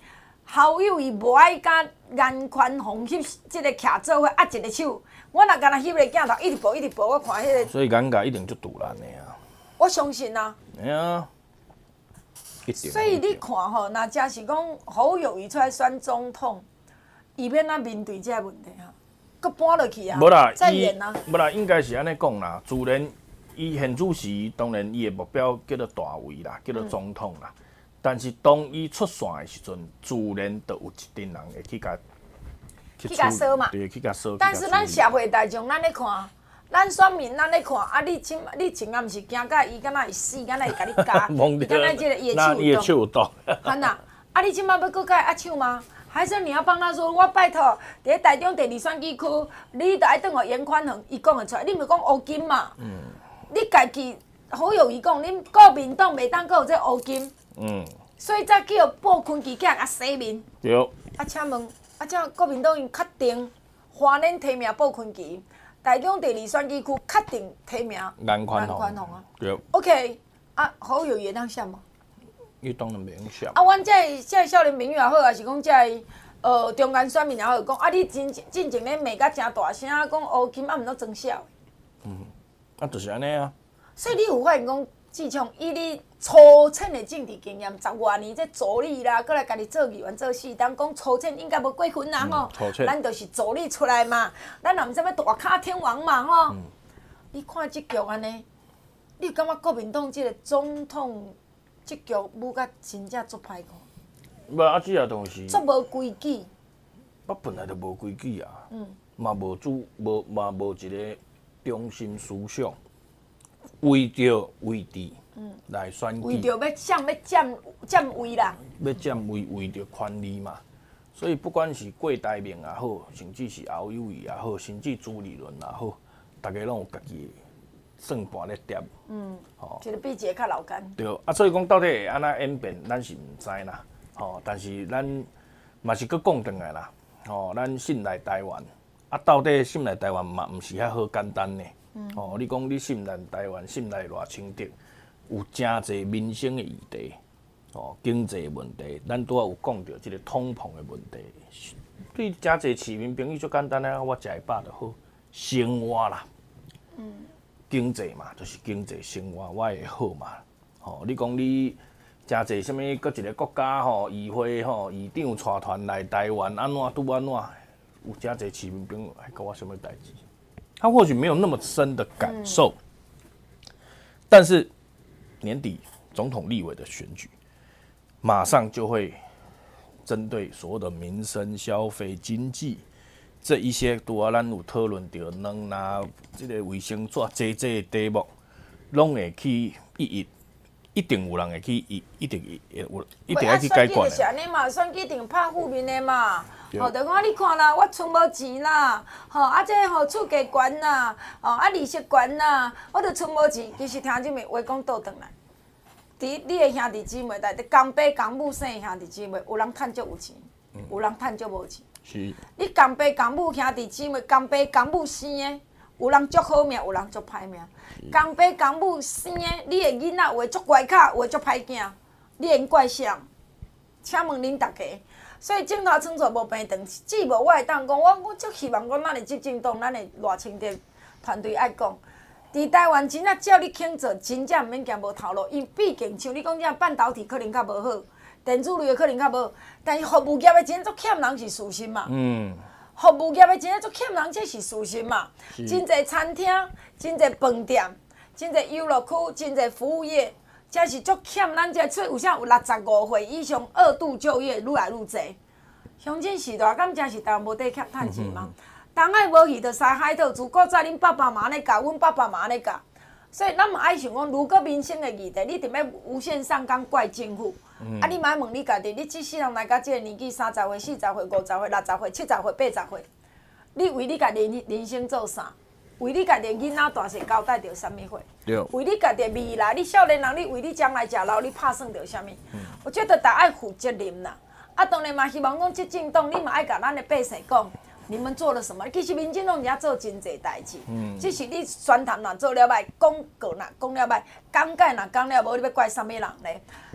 好友伊无爱甲颜宽宏翕即个徛做伙，握一个手。我若敢若翕个镜头，一直播一直播，我看迄、那个。 所以尴尬一定就堵拦的啊。 我相信啊。 哎呀，一定。 所以你看吼，若真是讲侯友宜出来选总统，伊免啊面对这个问题啊，搁搬落去啊。 无啦， 再演啊。 无啦，应该是安尼讲啦。自然，伊现主席当然伊的目标叫做大位啦，叫做总统啦。嗯、但是当伊出线的时阵，自然就有一群人会去甲。 去甲烧嘛， 对，去甲烧。 但是咱社会大众，咱咧看，咱选民咱咧看，啊，你真你真啊，毋是惊甲伊敢若会死，敢若会甲你加，敢若即个伊的手有毒。安那，啊，你即摆要搁甲伊握手吗？还是你要帮他说，我拜托，伫咧台中第二选举区，你着爱转互严宽恒，伊讲会出来，你毋是讲乌金嘛？嗯。你家己好友谊讲，恁国民党袂当搁有这乌金。嗯。所以才叫报坤基甲甲洗面。 对。 啊，请问。啊！这国民党因确定花莲提名报坤基，台中第二选举区确定提名颜宽宏啊。 对。 OK， 啊，好友会当选无？ 伊当然袂用选。 啊，阮这这少年朋友也好，还是讲这呃中间选民也好，讲啊，你真进前咧骂甲真大声，讲乌金啊，毋都装笑。 嗯，啊，就是安尼啊。 所以你有发现讲，自从以你粗浅的政治经验，十外年这助理啦，过来家己做议员做四当，讲粗浅应该无过分啦吼。 粗浅。 咱就是助理出来嘛，咱也毋是要大咖天王嘛吼。嗯、你看即局安尼，你感觉国民党即个总统即局舞甲真正足歹看？ 无啊，即个东西。 足无规矩。 我本来就无规矩啊。嗯。嘛无主，无嘛无一个中心思想，为着位置。嗯，来选举， 为着要想要占占位啦， 要占位为着权力嘛，所以不管是郭台铭也好，甚至是侯友宜也好，甚至朱立伦也好，大家拢有家己算盘咧掂。嗯， 吼、哦，一个比一个较老干。 对，啊，所以讲到底会安怎演变，咱是毋知啦。吼、哦，但是咱嘛是搁讲转来啦。吼、哦，咱信赖台湾，啊，到底信赖台湾嘛，毋是遐好简单呢。嗯。吼、哦，你讲你信赖台湾，信赖偌清德？有真侪民生的议题，哦，经济问题，咱拄仔有讲到即个通膨的问题，对真侪市民朋友就简单啊，我食一饱就好，生活啦，嗯，经济嘛，就是经济生活我会好嘛，吼、哦，你讲你真侪什物，搁一个国家吼，议会吼，议长带团来台湾，安怎拄安怎，有真侪市民朋友还跟我什么代志？他或许没有那么深的感受，嗯、但是。年底总统立委的选举，马上就会针对所有的民生、消费、经济这一些，拄啊，咱有讨论到能拿这个卫生纸这这题目，拢会去一一，一定有人会去一一定会有，一定要去解决的。 选举就是安尼嘛，选举一定拍负面的嘛。吼，就讲你看啦，我存无钱啦，吼啊，这吼厝价悬啦，吼啊利息悬啦，我著存无钱。其实听即个话讲倒转来，伫你的兄弟姊妹内底，公爸公母生的兄弟姊妹，有人趁足有钱，嗯、有人趁足无钱。 是。 你公爸公母兄弟姊妹，公爸公母生的，有人足好命，有人足歹命。公爸公母生的，你的囡仔有的足乖巧，有的足歹囝，你会怪啥？请问恁大家。所以镜头创作无平等，只无我会当讲，我我足希望讲，咱的执政党，咱的赖清德团队爱讲，伫台湾真正照你肯做，真正毋免行无头路。因毕竟像你讲，这半导体可能较无好，电子类的可能较无好，但是服务业的真正足欠人是事实嘛。嗯。服务业的真正足欠人，这是事实嘛。真侪餐厅，真侪饭店，真侪游乐区，真侪服务业。这是足欠咱这，所以有啥有六十五岁以上二度就业愈来愈侪。乡亲时代，敢真是台湾无得欠趁钱吗？东海无去，就西海岛。自古早恁爸爸妈咧教，阮爸爸妈咧教。所以咱嘛爱想讲，如果民生的议题，你一定要无限上纲怪政府。嗯、啊，你莫问你家己，你即世人来到即个年纪，三十岁、四十岁、五十岁、六十岁、七十岁、八十岁，你为你家己人生做啥？为你家己囡仔大细交代着啥物货？为你家己未来，你少年人，你为你将来食老，你拍算着啥物？嗯、我觉得大爱负责任啦。啊，当然嘛，希望讲执政党，你嘛爱甲咱的百姓讲，你们做了什么？其实民进党人家做真侪代志，嗯、只是你宣传若做了歹，讲过若讲了歹，讲解若讲了无，你要怪啥物人咧？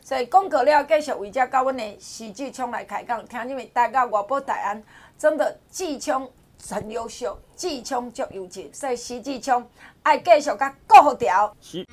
所以讲过了，继续为遮甲阮的徐志聪来开讲，听你们待到外埔大安，真的志聪很优秀，志聪足优质，所以徐志聪爱继续甲顾好调。 是。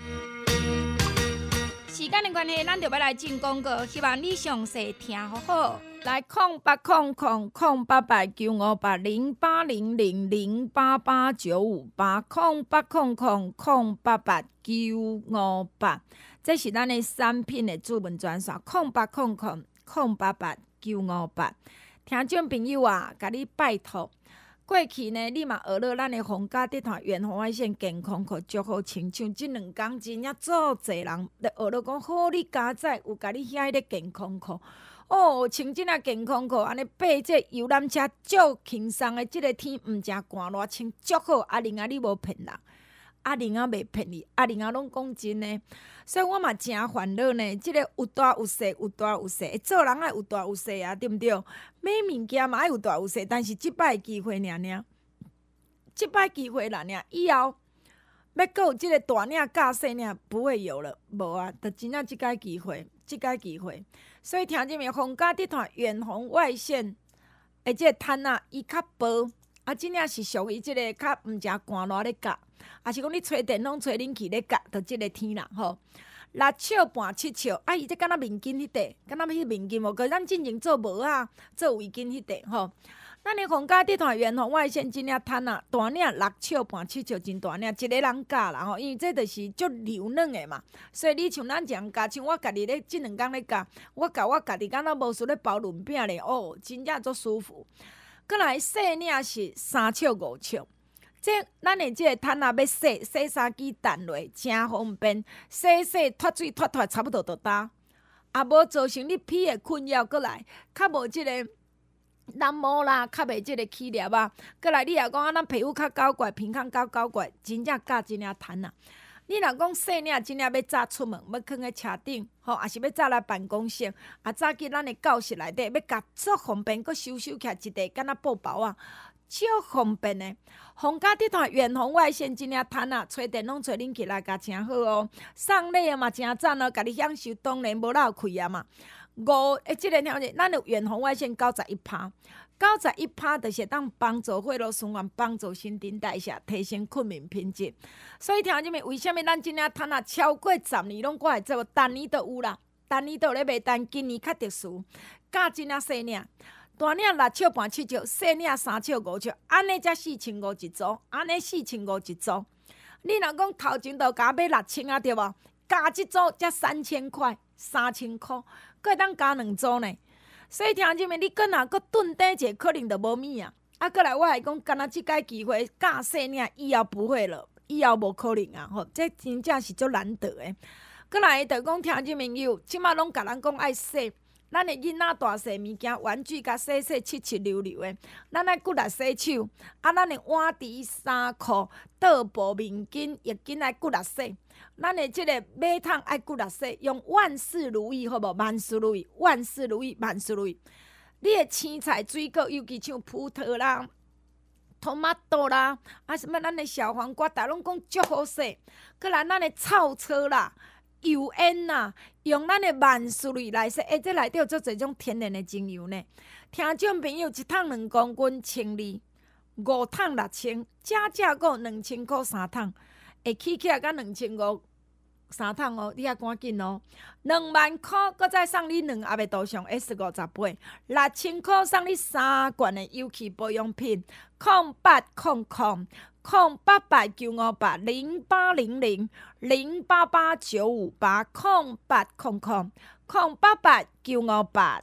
时间的关系，咱就要来进广告，希望你详细听好好。来，空八空空空八八九五八零八零零零八八九五八空八空空空八八九五八，这是咱的产品的主文专线，空八空空空八八九五八。听众朋友啊，甲你拜托。过去呢，你嘛学了咱的皇家集团远红外线健康课足好亲像即两工真正足侪人咧学了讲好，你加载有甲你遐迄个健康课哦，穿即个健康课安尼爬这游览车足轻松的，即个天毋真寒热，穿足好。阿玲啊，你无骗人，阿玲啊袂骗你，阿玲啊拢讲真的，所以我嘛真烦恼呢。即、这个有大有小，有大有小，做人爱有大有小啊，对毋对？买物件嘛爱有大有小，但是即摆机会尔尔，即摆机会啦尔，以后要搁有即个大领教细领不会有了，无啊，就真正即摆机会，即摆机会。所以听见没？皇家集团远红外线的即个毯啊，伊较薄，啊，真正是属于即个较毋诚寒热咧教。啊，是讲你吹电拢吹冷气咧夹，就即个天啦吼。六笑半七笑，啊，伊这敢若面巾迄块，敢若迄面巾无？可咱进前做帽啊，做围巾迄块吼。咱的皇家集团远红外线真正毯啊，大领六笑半七笑真大领，一个人夹啦吼，因为这就是足柔软的嘛。所以你像咱这样夹，像我家己咧，即两工咧夹，我夹我家己敢若无输咧包润饼咧，哦，真正足舒服。过来细领是三笑五笑。这咱的这个毯啊，要洗洗衫机弹落，真方便。洗洗脱水脱脱，差不多就干。啊，无造成你皮的困扰。过来，较无即个染毛啦，较袂即个起粒啊。过来，你若讲啊，咱皮肤较高怪，皮康高高怪，真正教真领毯啊。你若讲细领真领要早出门，要囥喺车顶，吼，也是要早来办公室，啊，早去咱的教室内底，要夹足方便，佮收收起来一地，敢若布包啊。超方便的，皇家集团远红外线真领毯啊，吹电拢吹冷气来，甲真好哦。送礼嘛真赞哦，甲你享受当然无漏开啊嘛。五诶，即个条件，咱有远红外线九十一趴，九十一趴就是当帮助血路循环，帮助新陈代谢，提升睡眠品质。所以听姐妹，为什么咱真领毯啊超过十年拢过来做，单年都有啦，单年都有咧卖，但今年较特殊，教真领细领。大领六笑半七笑，细领三笑五笑，安尼才四千五一组，安尼四千五一组。你若讲头前都加买六千啊，对无？加一组才三千块，三千块，佫会当加两组呢。所以听姐妹，你佫若佫顿底者，可能就无物啊。啊，佫来我来讲，敢若即摆机会教细领，以后不会了，以后无可能啊！吼，这真正是足难得的。佫来就讲听姐妹友，即马拢甲咱讲爱洗。咱的囡仔大细物件，玩具甲洗洗七七溜溜的，咱爱骨力洗手，啊，咱的碗池、衫裤、桌布、面巾、浴巾爱骨力洗，咱的即个马桶爱骨力洗，用万事如意，好无？万事如意，万事如意，万事如意。你的青菜、水果，尤其像葡萄啦、토마토啦，啊，什么咱的小黄瓜，大拢讲足好洗。搁来咱的臭草啦。油烟呐，用咱的万事如意来洗，而且内底有足侪种天然的精油呢。听众朋友，一桶两公斤千二，五桶六千，加价个两千块三桶，会起起来甲两千五三桶哦，你遐赶紧哦。两万块，搁再送你两阿袂多上 S 五十八，六千块送你三罐的有机保养品，空八空空。空八八九五八零八零零零八八九五八空八空空空八八九五八。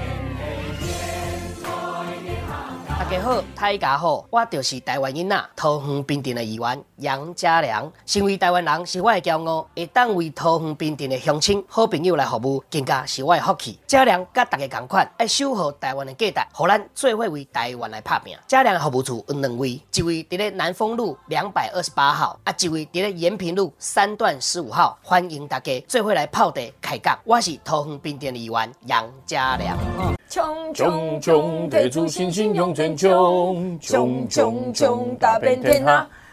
大家好，大家好，我就是台湾囡仔桃园冰镇的议员杨家良。身为台湾人是我的骄傲，会当为桃园冰镇的乡亲、好朋友来服务，更加是我的福气。家良甲大家同款，爱守护台湾的价值，互咱做伙为台湾来拍拼。家良的服务处有两位，一位伫咧南丰路两百二十八号，啊，一位伫咧延平路三段十五号。欢迎大家做伙来泡茶开讲。我是桃园冰镇的议员杨家良。 冲冲冲，铁柱信心永坚强， 冲冲冲，打遍天下。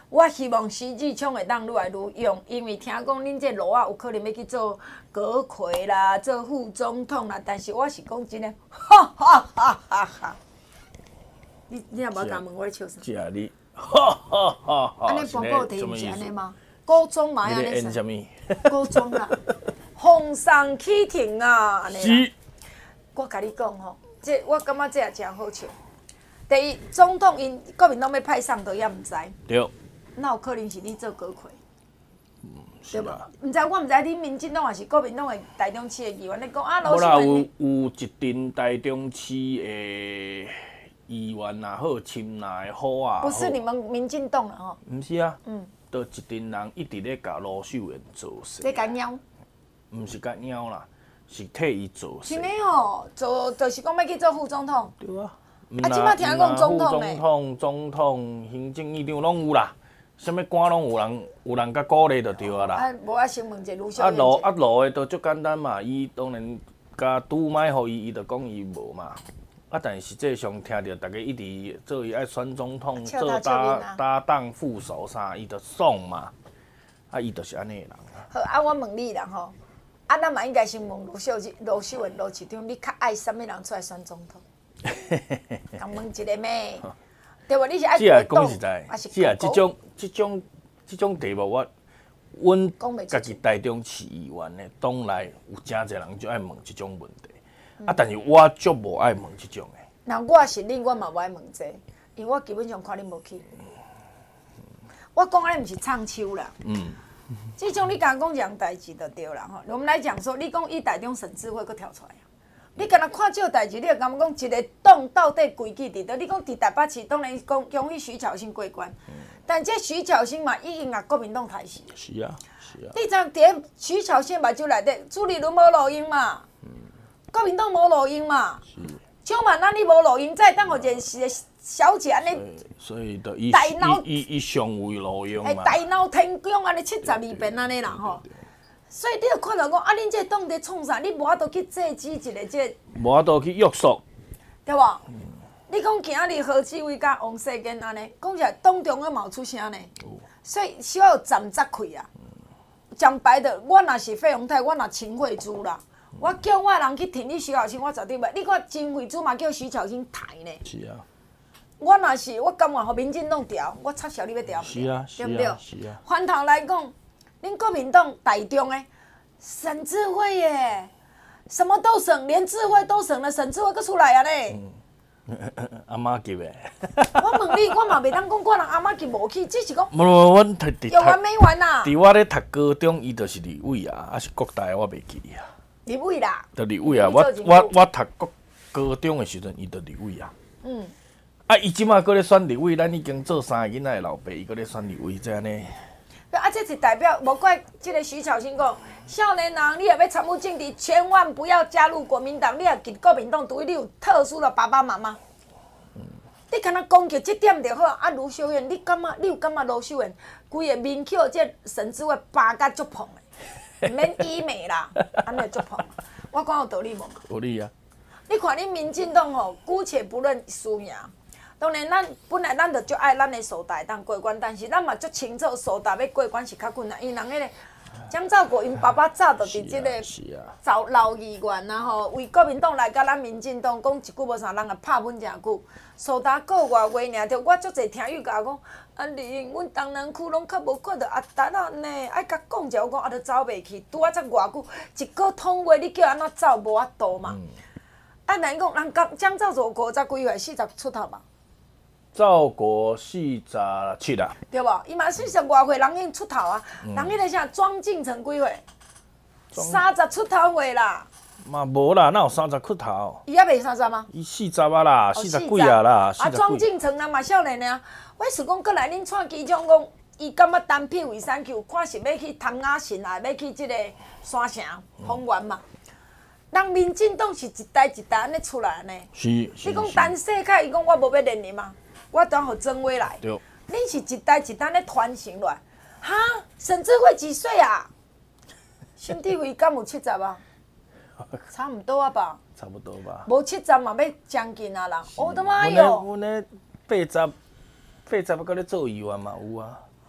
我希望徐志昌会当愈来愈用，因为听讲恁这路啊有可能要去做阁揆啦，做副总统啦，但是我是讲真诶，哈哈哈哈哈！你你也无敢问我咧笑啥？ 是啊，你哈哈哈哈！ 安尼广告题毋是什么意思？ 安尼吗？高中嘛你安尼啥？ 咧演什么？ 高中啦，风霜起停啊，安尼啦。 是。 我甲你讲吼，这我感觉这也真好笑。第一，总统因国民党要派上头也毋知， 对。 那有可能是你做阁揆？ 嗯， 对无是啊。？ 毋知我毋知你民进党还是国民党的台中市的议员，你讲啊， 无啦，有罗秀文， 有一阵台中市的议员也好，亲拿的好啊。 不是你们民进党啦吼， 毋是啊。 嗯。 都一阵人一直咧甲罗秀媛做事。 在干鸟。 毋是甲鸟啦，是替伊做事。 是呢吼，做就是讲要去做副总统。 对啊。 啊即摆听讲总统呢副总统、总统、行政院长拢有啦。什么官拢有人，有人甲鼓励就对啊啦。 啊，无啊，先问一下卢秀啊， 媛姐。 路啊路的都足简单嘛，伊当然甲拄卖互伊，伊就讲伊无嘛。啊，但是实际上听着大家一直做伊爱选总统， 笑他做笑面啊搭搭档副手啥，伊就爽嘛。啊，伊就是安尼的人啊。 好啊，我问你啦吼，啊，咱嘛应该先问卢秀智、卢秀媛、卢市长，你较爱什么人出来选总统？讲问一个咩？对无？你是爱只啊国党讲实在还，是只啊， 国即种即种即种题目，我阮讲袂出家己台中市议员的党内有真侪人就爱问即种问题，啊，但是我足无爱问即种的。 那我是恁，我嘛无爱问这个，因为我基本上看恁无去。我讲安尼毋是唱秋啦， 嗯， 这种你敢讲一样代志就对啦吼。我们来讲说，你讲以台中省智慧佫跳出来啊，你敢若看这个代志，你就感觉讲一个党到底规矩伫倒？你讲伫台北市当然讲容许徐巧芯过关，但这徐巧芯嘛已经甲国民党抬死。 是啊，是啊， 你知伫徐巧芯目睭内底，朱立伦无录音嘛，国民党无录音嘛， 是。 像嘛，咱你无录音，再当互一个小姐安尼， 所以就伊大脑伊伊伊上位路用哎， 嘛。 大闹天宫安尼七十二变安尼啦吼。所以你就看到讲，啊，恁这个党伫创啥？你无法度去制止一个这个， 无法度去约束。 对无？你讲今日何志伟甲王世坚安尼，讲起来党中央嘛有出声呢，所以需要站责开啊。讲白的，我若是费鸿泰，我若秦惠珠啦。我叫我人去挺你徐巧芯，我绝对袂。你看金惠珠嘛叫徐巧芯抬呢。 是啊。 我若是我甘愿互民进党调，我插小你要调， 是啊， 对不对？ 是啊。 反头来讲，恁国民党台中诶，省智慧耶，什么都省，连智慧都省了，省智慧佫出来啊咧。 阿妈级的。 我问你，我嘛袂当讲我人阿妈级无去，只是讲无无，阮读伫有完没完呐？ 伫我咧读高中，伊就是立委啊，还是国大我袂记啊。 立委啦。 就立委啊，我我我读国高中的时阵，伊就立委啊。 嗯。 啊，伊即马搁咧选立委，咱已经做三个囡仔的老爸，伊搁咧选立委，这安尼。 啊，这是代表，无怪即个徐巧芯讲，少年人你也要参与政治，千万不要加入国民党，你也给国民党，除非你有特殊的爸爸妈妈。嗯、你敢若讲到这点就好啊，卢秀媛，你感觉你有感觉卢秀媛规个面口这神智慧扒甲足碰的，唔免医美啦，安尼足碰。我讲有道理无？ 有理啊。 你看恁民进党吼，姑且不论输赢。当然，咱本来咱就足爱咱的首台当过关，但是咱嘛足清楚首台要过关是较困难，因为人迄个蒋兆国因爸爸早就伫即个早老议员然后为国民党来甲咱民进党讲一句无啥，人也拍阮诚久。首台过偌月尔，着我足侪听友甲我讲，啊玲，阮东南区拢较无看到阿达啊呢，爱甲讲一下，我讲啊，着走袂去，拄啊才偌久，一个通话你叫安怎走无法度嘛？啊，咱讲人蒋蒋兆国五十几岁，四十出头嘛。 赵国四十七啦， 对无？伊嘛四十外岁，人已经出头啊。嗯、人迄个啥庄敬诚几岁？三十出头岁啦。 嘛无啦，哪有三十出头？ 伊还袂三十吗？ 伊四十啊啦，四十几啊啦， 啊，庄敬诚人嘛少年尔。我是讲，过来恁串机长讲，伊感觉单片为产球，看是要去潭仔县啊，要去即个山城丰原嘛。人民进党是一代一代安尼出来呢。 是。 你讲陈世凯，伊讲我无要连任嘛？我当互曾伟来， 对， 恁是一代一代咧传承落来。哈，沈智慧几岁啊？新地位敢有七十啊？差不多啊吧。 差不多吧。 无七十嘛，要将近啊啦。我的妈哟！ 阮咧八十，八十要搁咧做议员嘛有啊。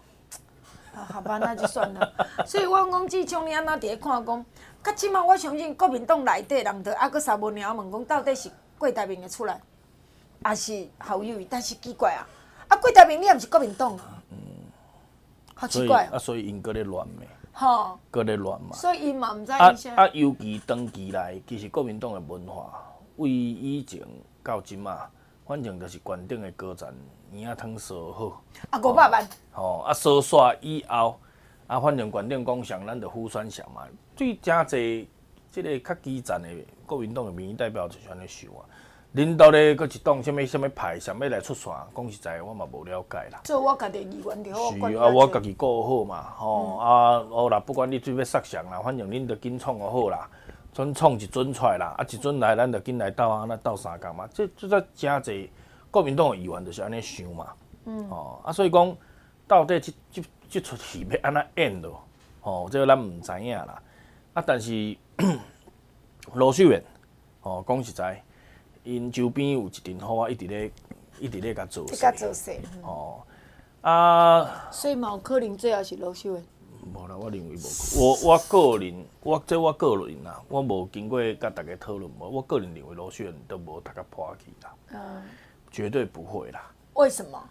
啊，好吧，那就算了。所以我讲即像你安怎伫咧看讲，到即马我相信国民党内底人着还佫三无鸟问讲，到底是郭台铭会出来，还是侯友宜？但是奇怪啊，啊郭台铭你也毋是国民党啊，嗯，好奇怪啊，所以因搁咧乱咩？ 吼， 搁咧乱嘛。 所以伊嘛毋知啊伊啥。 啊，尤其长期来，其实国民党的文化，为以前到即马，反正就是关顶的歌站，圆仔汤烧好。 啊，五百万。 吼，啊，烧煞以后，啊，反正关顶讲上，咱就互选上嘛。对真侪即个较基层的国民党的民意代表就是安尼想啊。领导咧，搁一党什物什物派，想要来出线，讲实在，我嘛无了解啦。 做我家己议员就好。 是啊，我家己顾好嘛，吼、嗯、啊，好啦，不管你做要杀上啦，反正恁着紧创就好啦。准创一准出来啦，啊一准来，咱着紧来斗啊，那斗相共嘛。这这在真侪国民党的议员就是安尼想嘛。嗯。哦，啊，所以讲到底即即即出戏要安怎演咯？吼、哦，这个咱毋知影啦。啊，但是罗秀媛，哦，讲实在。因周边有一阵好啊，一直咧一直咧甲做事。 甲做事。 哦，啊。 所以嘛有可能最后是罗秀的。 无啦，我认为无。我我个人，我这我个人啦，我无经过甲大家讨论无，我个人认为罗秀媛都无大家破去啦。嗯。绝对不会啦。 为什么？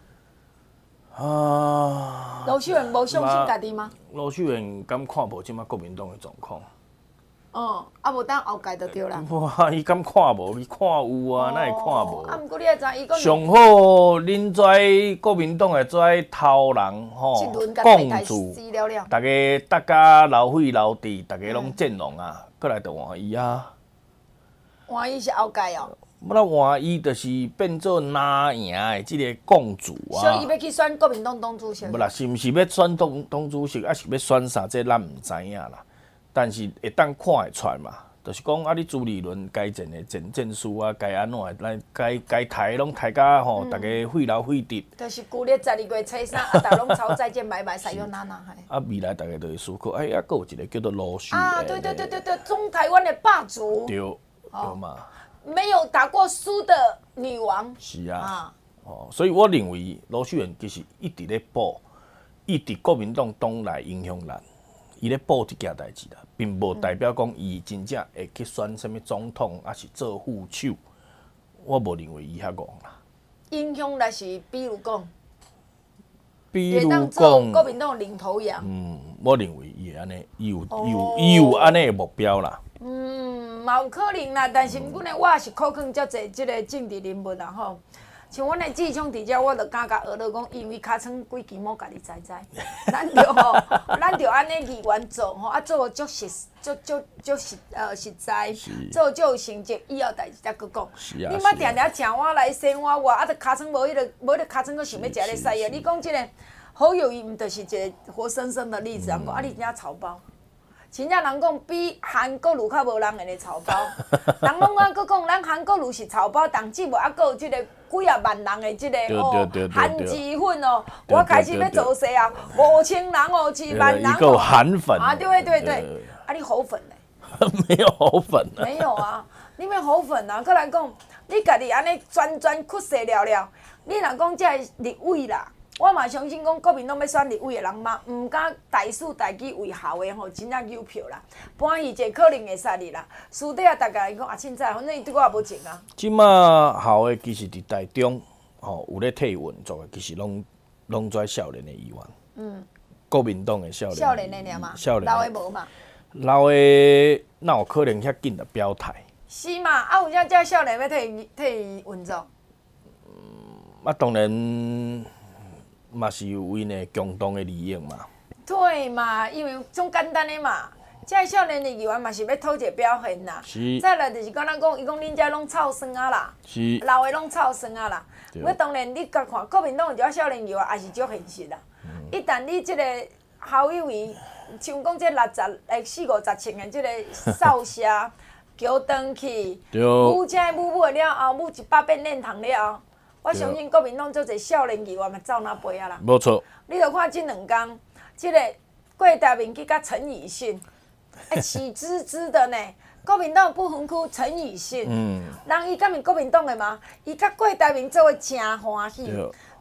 啊。罗秀媛无相信家己吗？ 罗秀媛敢看无即马国民党的状况？ 哦，啊无等后届就对啦。 哇，伊敢看无？伊看有啊，哪会看无？ 啊，毋过你也知，伊讲上好，恁跩国民党的跩头人吼，共主，大家大家老血老弟，大家拢阵容啊，过来就换伊啊。 换伊是后届哦。 不然换伊就是变做哪赢的即个共主啊。 所以伊要去选国民党党主席。 无啦，是毋是要选党党主席，还是要选啥？这咱毋知影啦。但是会当看会出来嘛，就是讲啊，你朱立伦该战的战战术啊，该安怎的，咱该该抬拢抬甲吼，大家费劳费力。 就是旧历十二月初三，啊，大家拢抄再见拜拜，使用哪哪嘿。 啊，未来大家都会思考，哎，啊，佫有一个叫做罗秀媛。 啊，对对对对对，中台湾的霸主。 对，对嘛。 没有打过输的女王。 是啊。哦，所以我认为罗秀媛其实一直咧保，一直国民党党内影响咱。伊咧报即件代志啦，并无代表讲伊真正会去选什么总统，还是做副手。我无认为伊遐戆啦。 影响力是比如讲， 比如讲， 国民党领头羊。 嗯，我认为伊会安尼，伊有伊有伊有安尼的目标啦。 嗯，嘛有可能啦，但是阮呢，我也是考虑遮侪即个政治人物啦吼。像阮的志聪伫遮，我就敢甲学了讲，因为尻川几支毛，家己知知。咱着吼，咱着安尼议员做吼，啊做足实、足足足实呃实在，做足有成绩，以后代志才佫讲。你莫定定请我来生我我，啊，着尻川无迄个无迄个尻川佫想要食咧西药。你讲即个侯友宜，毋就是一个活生生的例子？人讲啊，你真正草包。真正人讲比韩国瑜较无人会咧草包，人拢啊佫讲咱韩国瑜是草包，但只无啊佫有即个几啊万人的即个哦韩脂粉哦，我开始要做势啊，五千人哦，七万人哦， 一个韩粉啊，对对对，啊你猴粉嘞？ 没有猴粉啊？ 没有啊，你免猴粉啊，佮来讲，你家己安尼专专屈势了了，你若讲这立委啦。我嘛相信讲国民党要选立委的人嘛，毋敢大事大举为校的吼，真正有票啦。搬去一可能会杀你啦。私底下大家讲啊，凊彩，反正伊对我也无情啊。 即马校的其实伫台中吼有咧替运作的，其实拢拢做少年的议员。嗯。国民党的少年。 少年的了嘛。少年。老的无嘛。 老的哪有可能遐紧就表态？ 是嘛？啊，有遮遮少年要替替伊运作。 嗯，啊，当然。嘛是有因的共同的利益嘛。 对嘛，因为种简单的嘛，这少年的议员嘛是要讨一个表现啦。 是。 再来就是敢若讲，伊讲恁遮拢臭酸啊啦。 是。 老的拢臭酸啊啦。不过当然，你甲看国民党有一寡少年议员也是足现实啦。嗯、一旦你即个侯友宜，像讲这六十诶四五十千的即个少侠叫转去，母这母母了后，母一百变练堂了后。我相信国民党做侪少年议员嘛走那飞啊啦。 无错。 你著看即两天，即、这个郭台铭去甲陈以信，哎，喜滋滋的呢。国民党不分区陈以信，嗯，人伊敢是国民党的吗？伊甲郭台铭做伙真欢喜。搁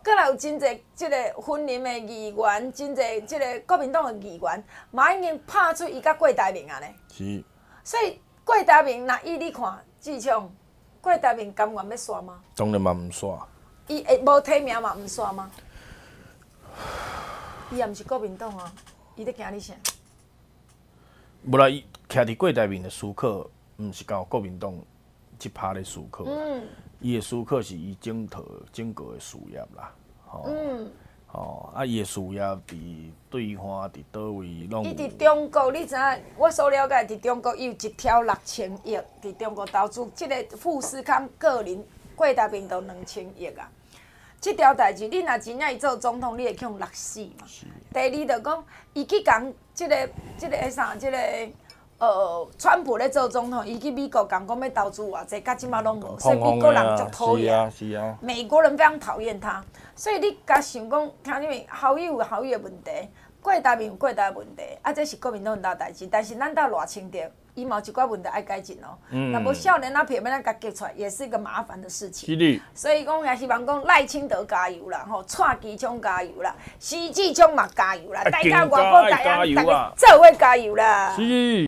搁来有真侪即个分林的议员，真侪即个国民党的议员，嘛已经拍出伊甲郭台铭啊呢。 是。 所以郭台铭，若依你看，志昌，郭台铭甘愿要选吗？ 当然嘛毋选。 伊会无提名嘛毋选吗？伊也毋是国民党啊，伊咧惊你啥？ 无啦，伊徛伫郭台铭的思考，毋是讲国民党即拍咧思考。嗯。伊的思考是伊整套整个的事业啦，吼。嗯。吼，啊，伊的事业伫对方伫倒位拢有。伊伫中国，你知影？我所了解，伫中国伊有一条六千亿，伫中国投资，即、这个富士康个人郭台铭都两千亿啊。即条代志，你若真正伊做总统，你会去互勒死嘛？第二就讲，伊去讲即、这个、即、这个啥、即、这个呃，川普咧做总统，伊去美国讲讲要投资偌济，甲即马拢无，所以美国人足讨厌。 是啊， 美国人非常讨厌他，所以你甲想讲，听你们好友有好友的问题，郭台铭有郭台铭问题，啊，这是国民党因兜代志，但是咱兜偌清着，伊嘛有一寡问题爱改进哦。嗯。若无少年仔片要咱甲激出来，也是一个麻烦的事情。 是的。 所以讲也希望讲赖清德加油啦，吼，蔡其昌加油啦，徐志昌嘛加油啦，大家外国加油，大家做伙加油啦。 是。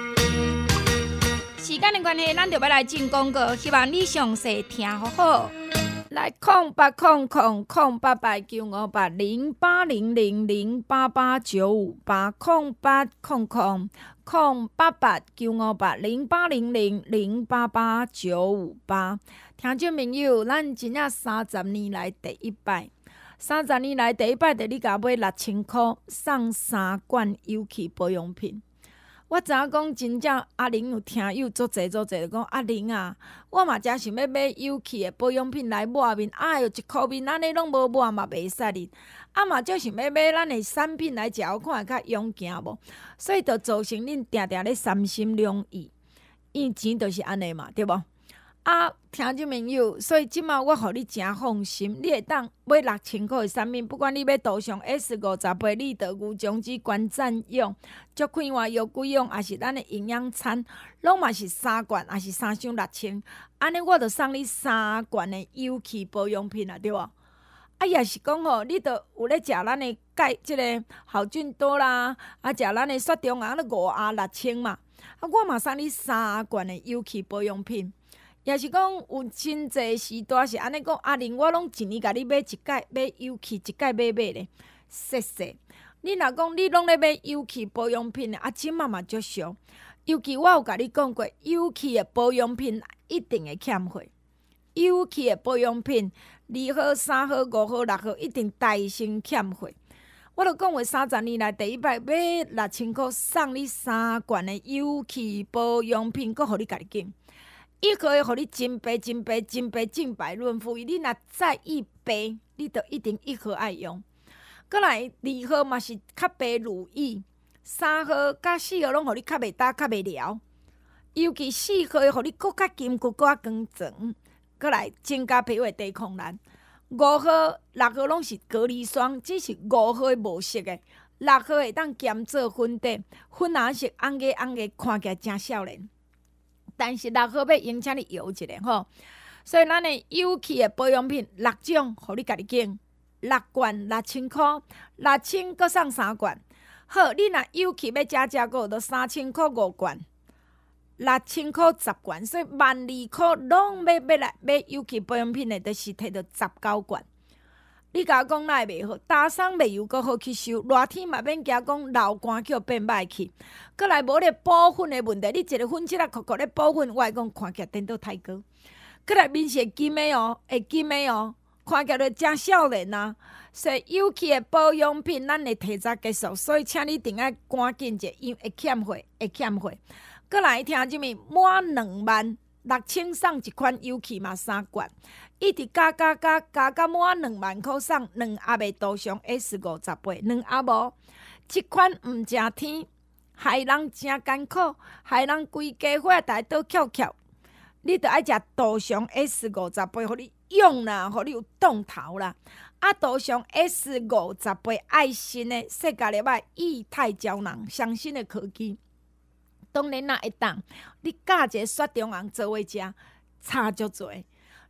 时间的关系，咱就要来进广告，希望你详细听好好。来，空八空空空八八九五八零八零零零八八九五八空八空空空八八九五八零八零零零八八九五八。听众朋友，咱真正三十年来第一摆，三十年来第一摆，伫你甲买六千块送三罐有气保养品。我知影讲真正阿玲有听友足济足济，就讲阿玲啊，我嘛真想要买有气的保养品来抹面，哎哟，一箍面安尼拢无抹嘛袂使哩。啊嘛，足想要买咱的产品来食，我看会较勇行无，所以就造成恁定定咧三心两意，因钱就是安尼嘛，对无？啊，听众朋友，所以即马我互你真放心，你会当买六千块的产品，不管你要涂上 S 五十倍立德牛种子关赞用、足快活药贵用，还是咱的营养餐，拢嘛是三罐，还是三箱六千，安尼我就送你三罐的有气保养品啊，对无？啊，也是讲吼，你著有咧食咱的钙，即、这个好菌多啦，啊，食咱的雪中红咧五盒六千嘛，啊，我嘛送你三罐的有气保养品。也是讲有真济时段是安尼讲，阿玲我拢一年甲你买一届，买有气一届买买咧，谢谢。你若讲你拢咧买有气保养品啊，即嘛嘛足俗。尤其我有甲你讲过，有气的保养品一定会欠货。有气的保养品二号、三号、五号、六号一定大声欠货。我著讲话三十年来第一摆买六千块送你三罐的有气保养品，阁互你家己拣。伊可以互你真白、真白、真白、净白润肤。你若在意白，你就一定一盒爱用。过来二号嘛是较白如意，三号甲四号拢互你较袂焦、较袂撩。尤其四号互你搁较金骨、搁较光泽。过来增加皮肤抵抗力。五号、六号拢是隔离霜，只是五号的无色的，六号会当兼做粉底，粉红色、红个红个，看起来真少年。但是六号要用，请你摇一下吼。所以咱的有气的保养品六种，互你家己拣，六罐六千块，六千搁送三罐。好，你若有气要加加购，就三千块五罐，六千块十罐，所以万二块拢要要来买有气保养品的，就是摕到十九罐。你甲我讲哪会袂好？打霜袂油阁好吸收，热天嘛免惊讲流汗叫变歹去。过来无咧补粉的问题，你一个粉质啊酷酷咧补粉，我会讲看起来颠倒太高。过来面是会金的哦，会金的哦，看起来就真少年啊。所以有气的保养品，咱会提早结束，所以请你一定要赶紧者，因为会欠货，会欠货。过来听即物满两万。六千送一款有气嘛三罐，一直加加加加到满两万块送两盒的涂上 S 五十倍，两盒无，即款毋正天，害人真艰苦，害人规家伙大倒翘翘。你着爱食涂上 S 五十倍，互你用啦，互你有动头啦。啊，涂上 S 五十倍爱心的世界礼拜液态胶囊，上新的科技。当然啦，会当你教一个雪中红做伙食，差足多。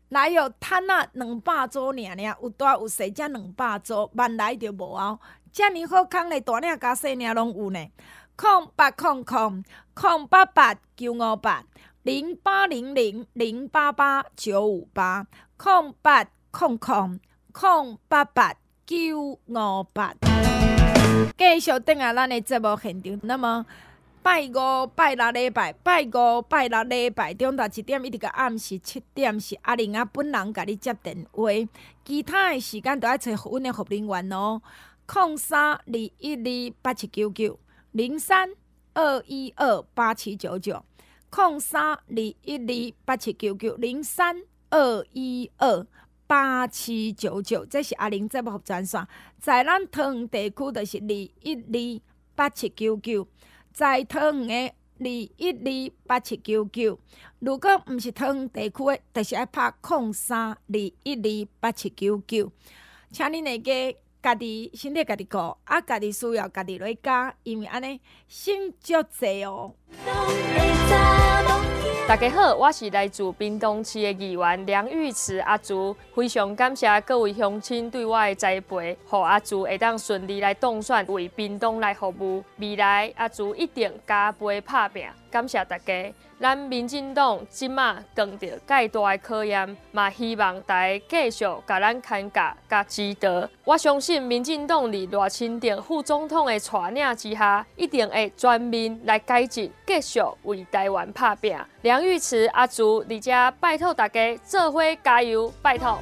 来有摊啊两百组尔尔，有大有细，才两百组，万来就无哦。遮尔好康的大领加细领拢有呢。空八空空空八八九五八零八零零零八八九五八空八空空空八八九五八。继续等下咱的节目现场，那么。拜五、拜六礼拜，拜五、拜六礼拜，中昼一点一直到暗时七点是阿玲啊本人甲你接电话，其他的时间都要找阮的服务人员哦。零三二一二八七九九零三二一二八七九九零三二一二八七九九零三二一二八七九九，这是阿玲节目服专线，在咱桃园地区就是二一二八七九九。在桃园的二一二八七九九，如果毋是桃园地区的，就是爱拍零三二一二八七九九。请恁下家家己身体家己顾，啊，家己需要家己落加，因为安尼省足济哦。 大家好，我是来自屏东市的议员梁玉慈阿朱，非常感谢各位乡亲对我的栽培，让阿朱会当顺利来当选为屏东来服务。未来阿朱一定加倍拍拼，感谢大家。咱民进党即马碰到介大的考验，嘛希望大家继续甲咱牵架、甲支持。我相信民进党伫赖清德副总统的带领之下，一定会全面来改进，继续为台湾拍拼。梁玉慈阿朱伫遮拜托大家做伙加油，拜托。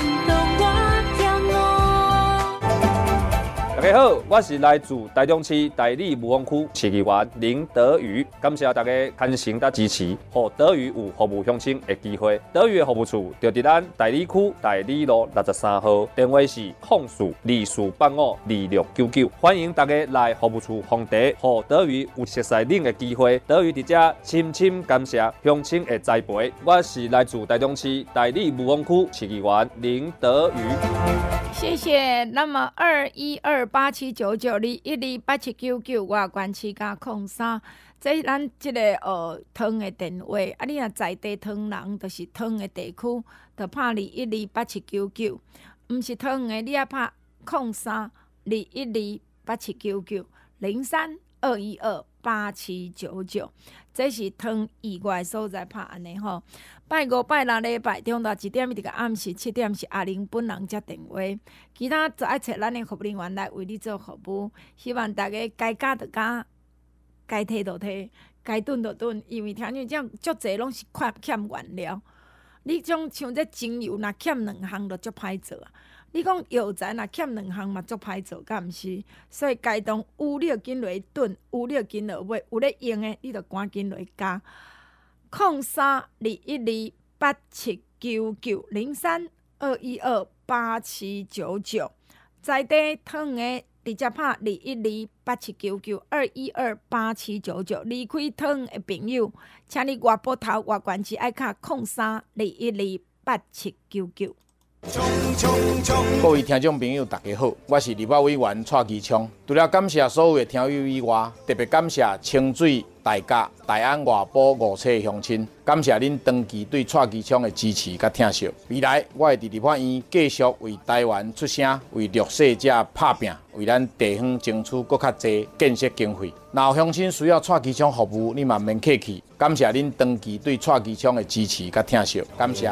大家好，我是来自台中市大理武丰区市议员林德瑜，感谢大家牵成甲支持，让德瑜有服务乡亲的机会。德瑜的服务处就伫咱大理区大理路六十三号，电话是零四二四八五二六九九，欢迎大家来服务处访茶，让德瑜有熟悉恁的机会。德瑜伫遮深深感谢乡亲的栽培。我是来自台中市大理武丰区市议员林德瑜。 谢谢。那么二一二八七九九二一二八七九九外关市加零三，这是咱即个呃汤的电话。啊，你若在地汤人，就是汤的地区，就拍二一二八七九九。毋是汤的，你啊拍零三二一二八七九九零三二一二八七九九。这是汤以外所在拍安尼吼。拜五、拜六礼拜中昼一点一直到暗时七点是阿玲本人接电话，其他就爱找咱的服务人员来为你做服务。希望大家该加就加，该摕就摕，该炖就炖，因为听你讲足侪拢是缺欠原料。你种像这精油，若欠两项就足歹做啊。你讲药材若欠两项嘛足歹做，敢毋是？所以该当有你就紧落去炖，有你就紧落买，有咧用的你就赶紧落去加。零三二一二八七九九零三二一二八七九九，在地汤的直接拍二一二八七九九二一二八七九九，离开汤的朋友，请你外拨头外关机爱卡零三二一二八七九九。 各位听众朋友，大家好，我是立法委员蔡其昌。除了感谢所有的听友以外，特别感谢清水、大甲、大安外埔五车乡亲，感谢恁长期对蔡其昌的支持甲疼惜。未来我会伫立法院继续为台湾出声，为弱势者拍拼，为咱地方争取更较侪建设经费。若有乡亲需要蔡其昌服务，你嘛免客气。感谢恁长期对蔡其昌的支持甲疼惜，感谢。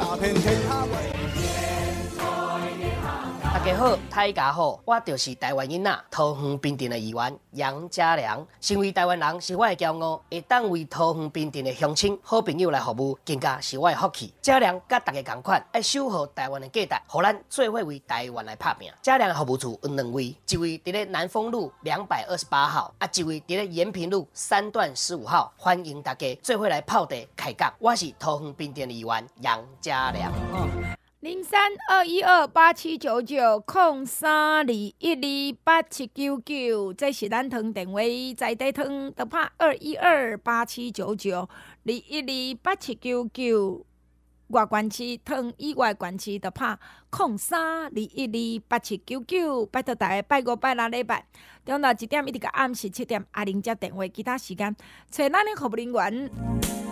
大家好，大家好，我就是台湾囡仔桃园滨镇的议员杨家良。身为台湾人是我的骄傲，会当为桃园滨镇的乡亲、好朋友来服务，更加是我的福气。家良甲大家同款，爱守护台湾的价值，互咱做伙为台湾来拍拼。家良的服务处有两位，一位伫咧南丰路两百二十八号，啊，一位伫咧延平路三段十五号。欢迎大家做伙来泡茶开讲。我是桃园滨镇的议员杨家良。嗯零三二一二八七九九零三二一二八七九九，这是咱汤电话，在地汤就拍二一二八七九九二一二八七九九，外关市汤以外关市就拍零三二一二八七九九。拜托大家拜五拜六礼拜中昼一点一直到暗时七点，阿玲接电话，其他时间找咱的服务人员。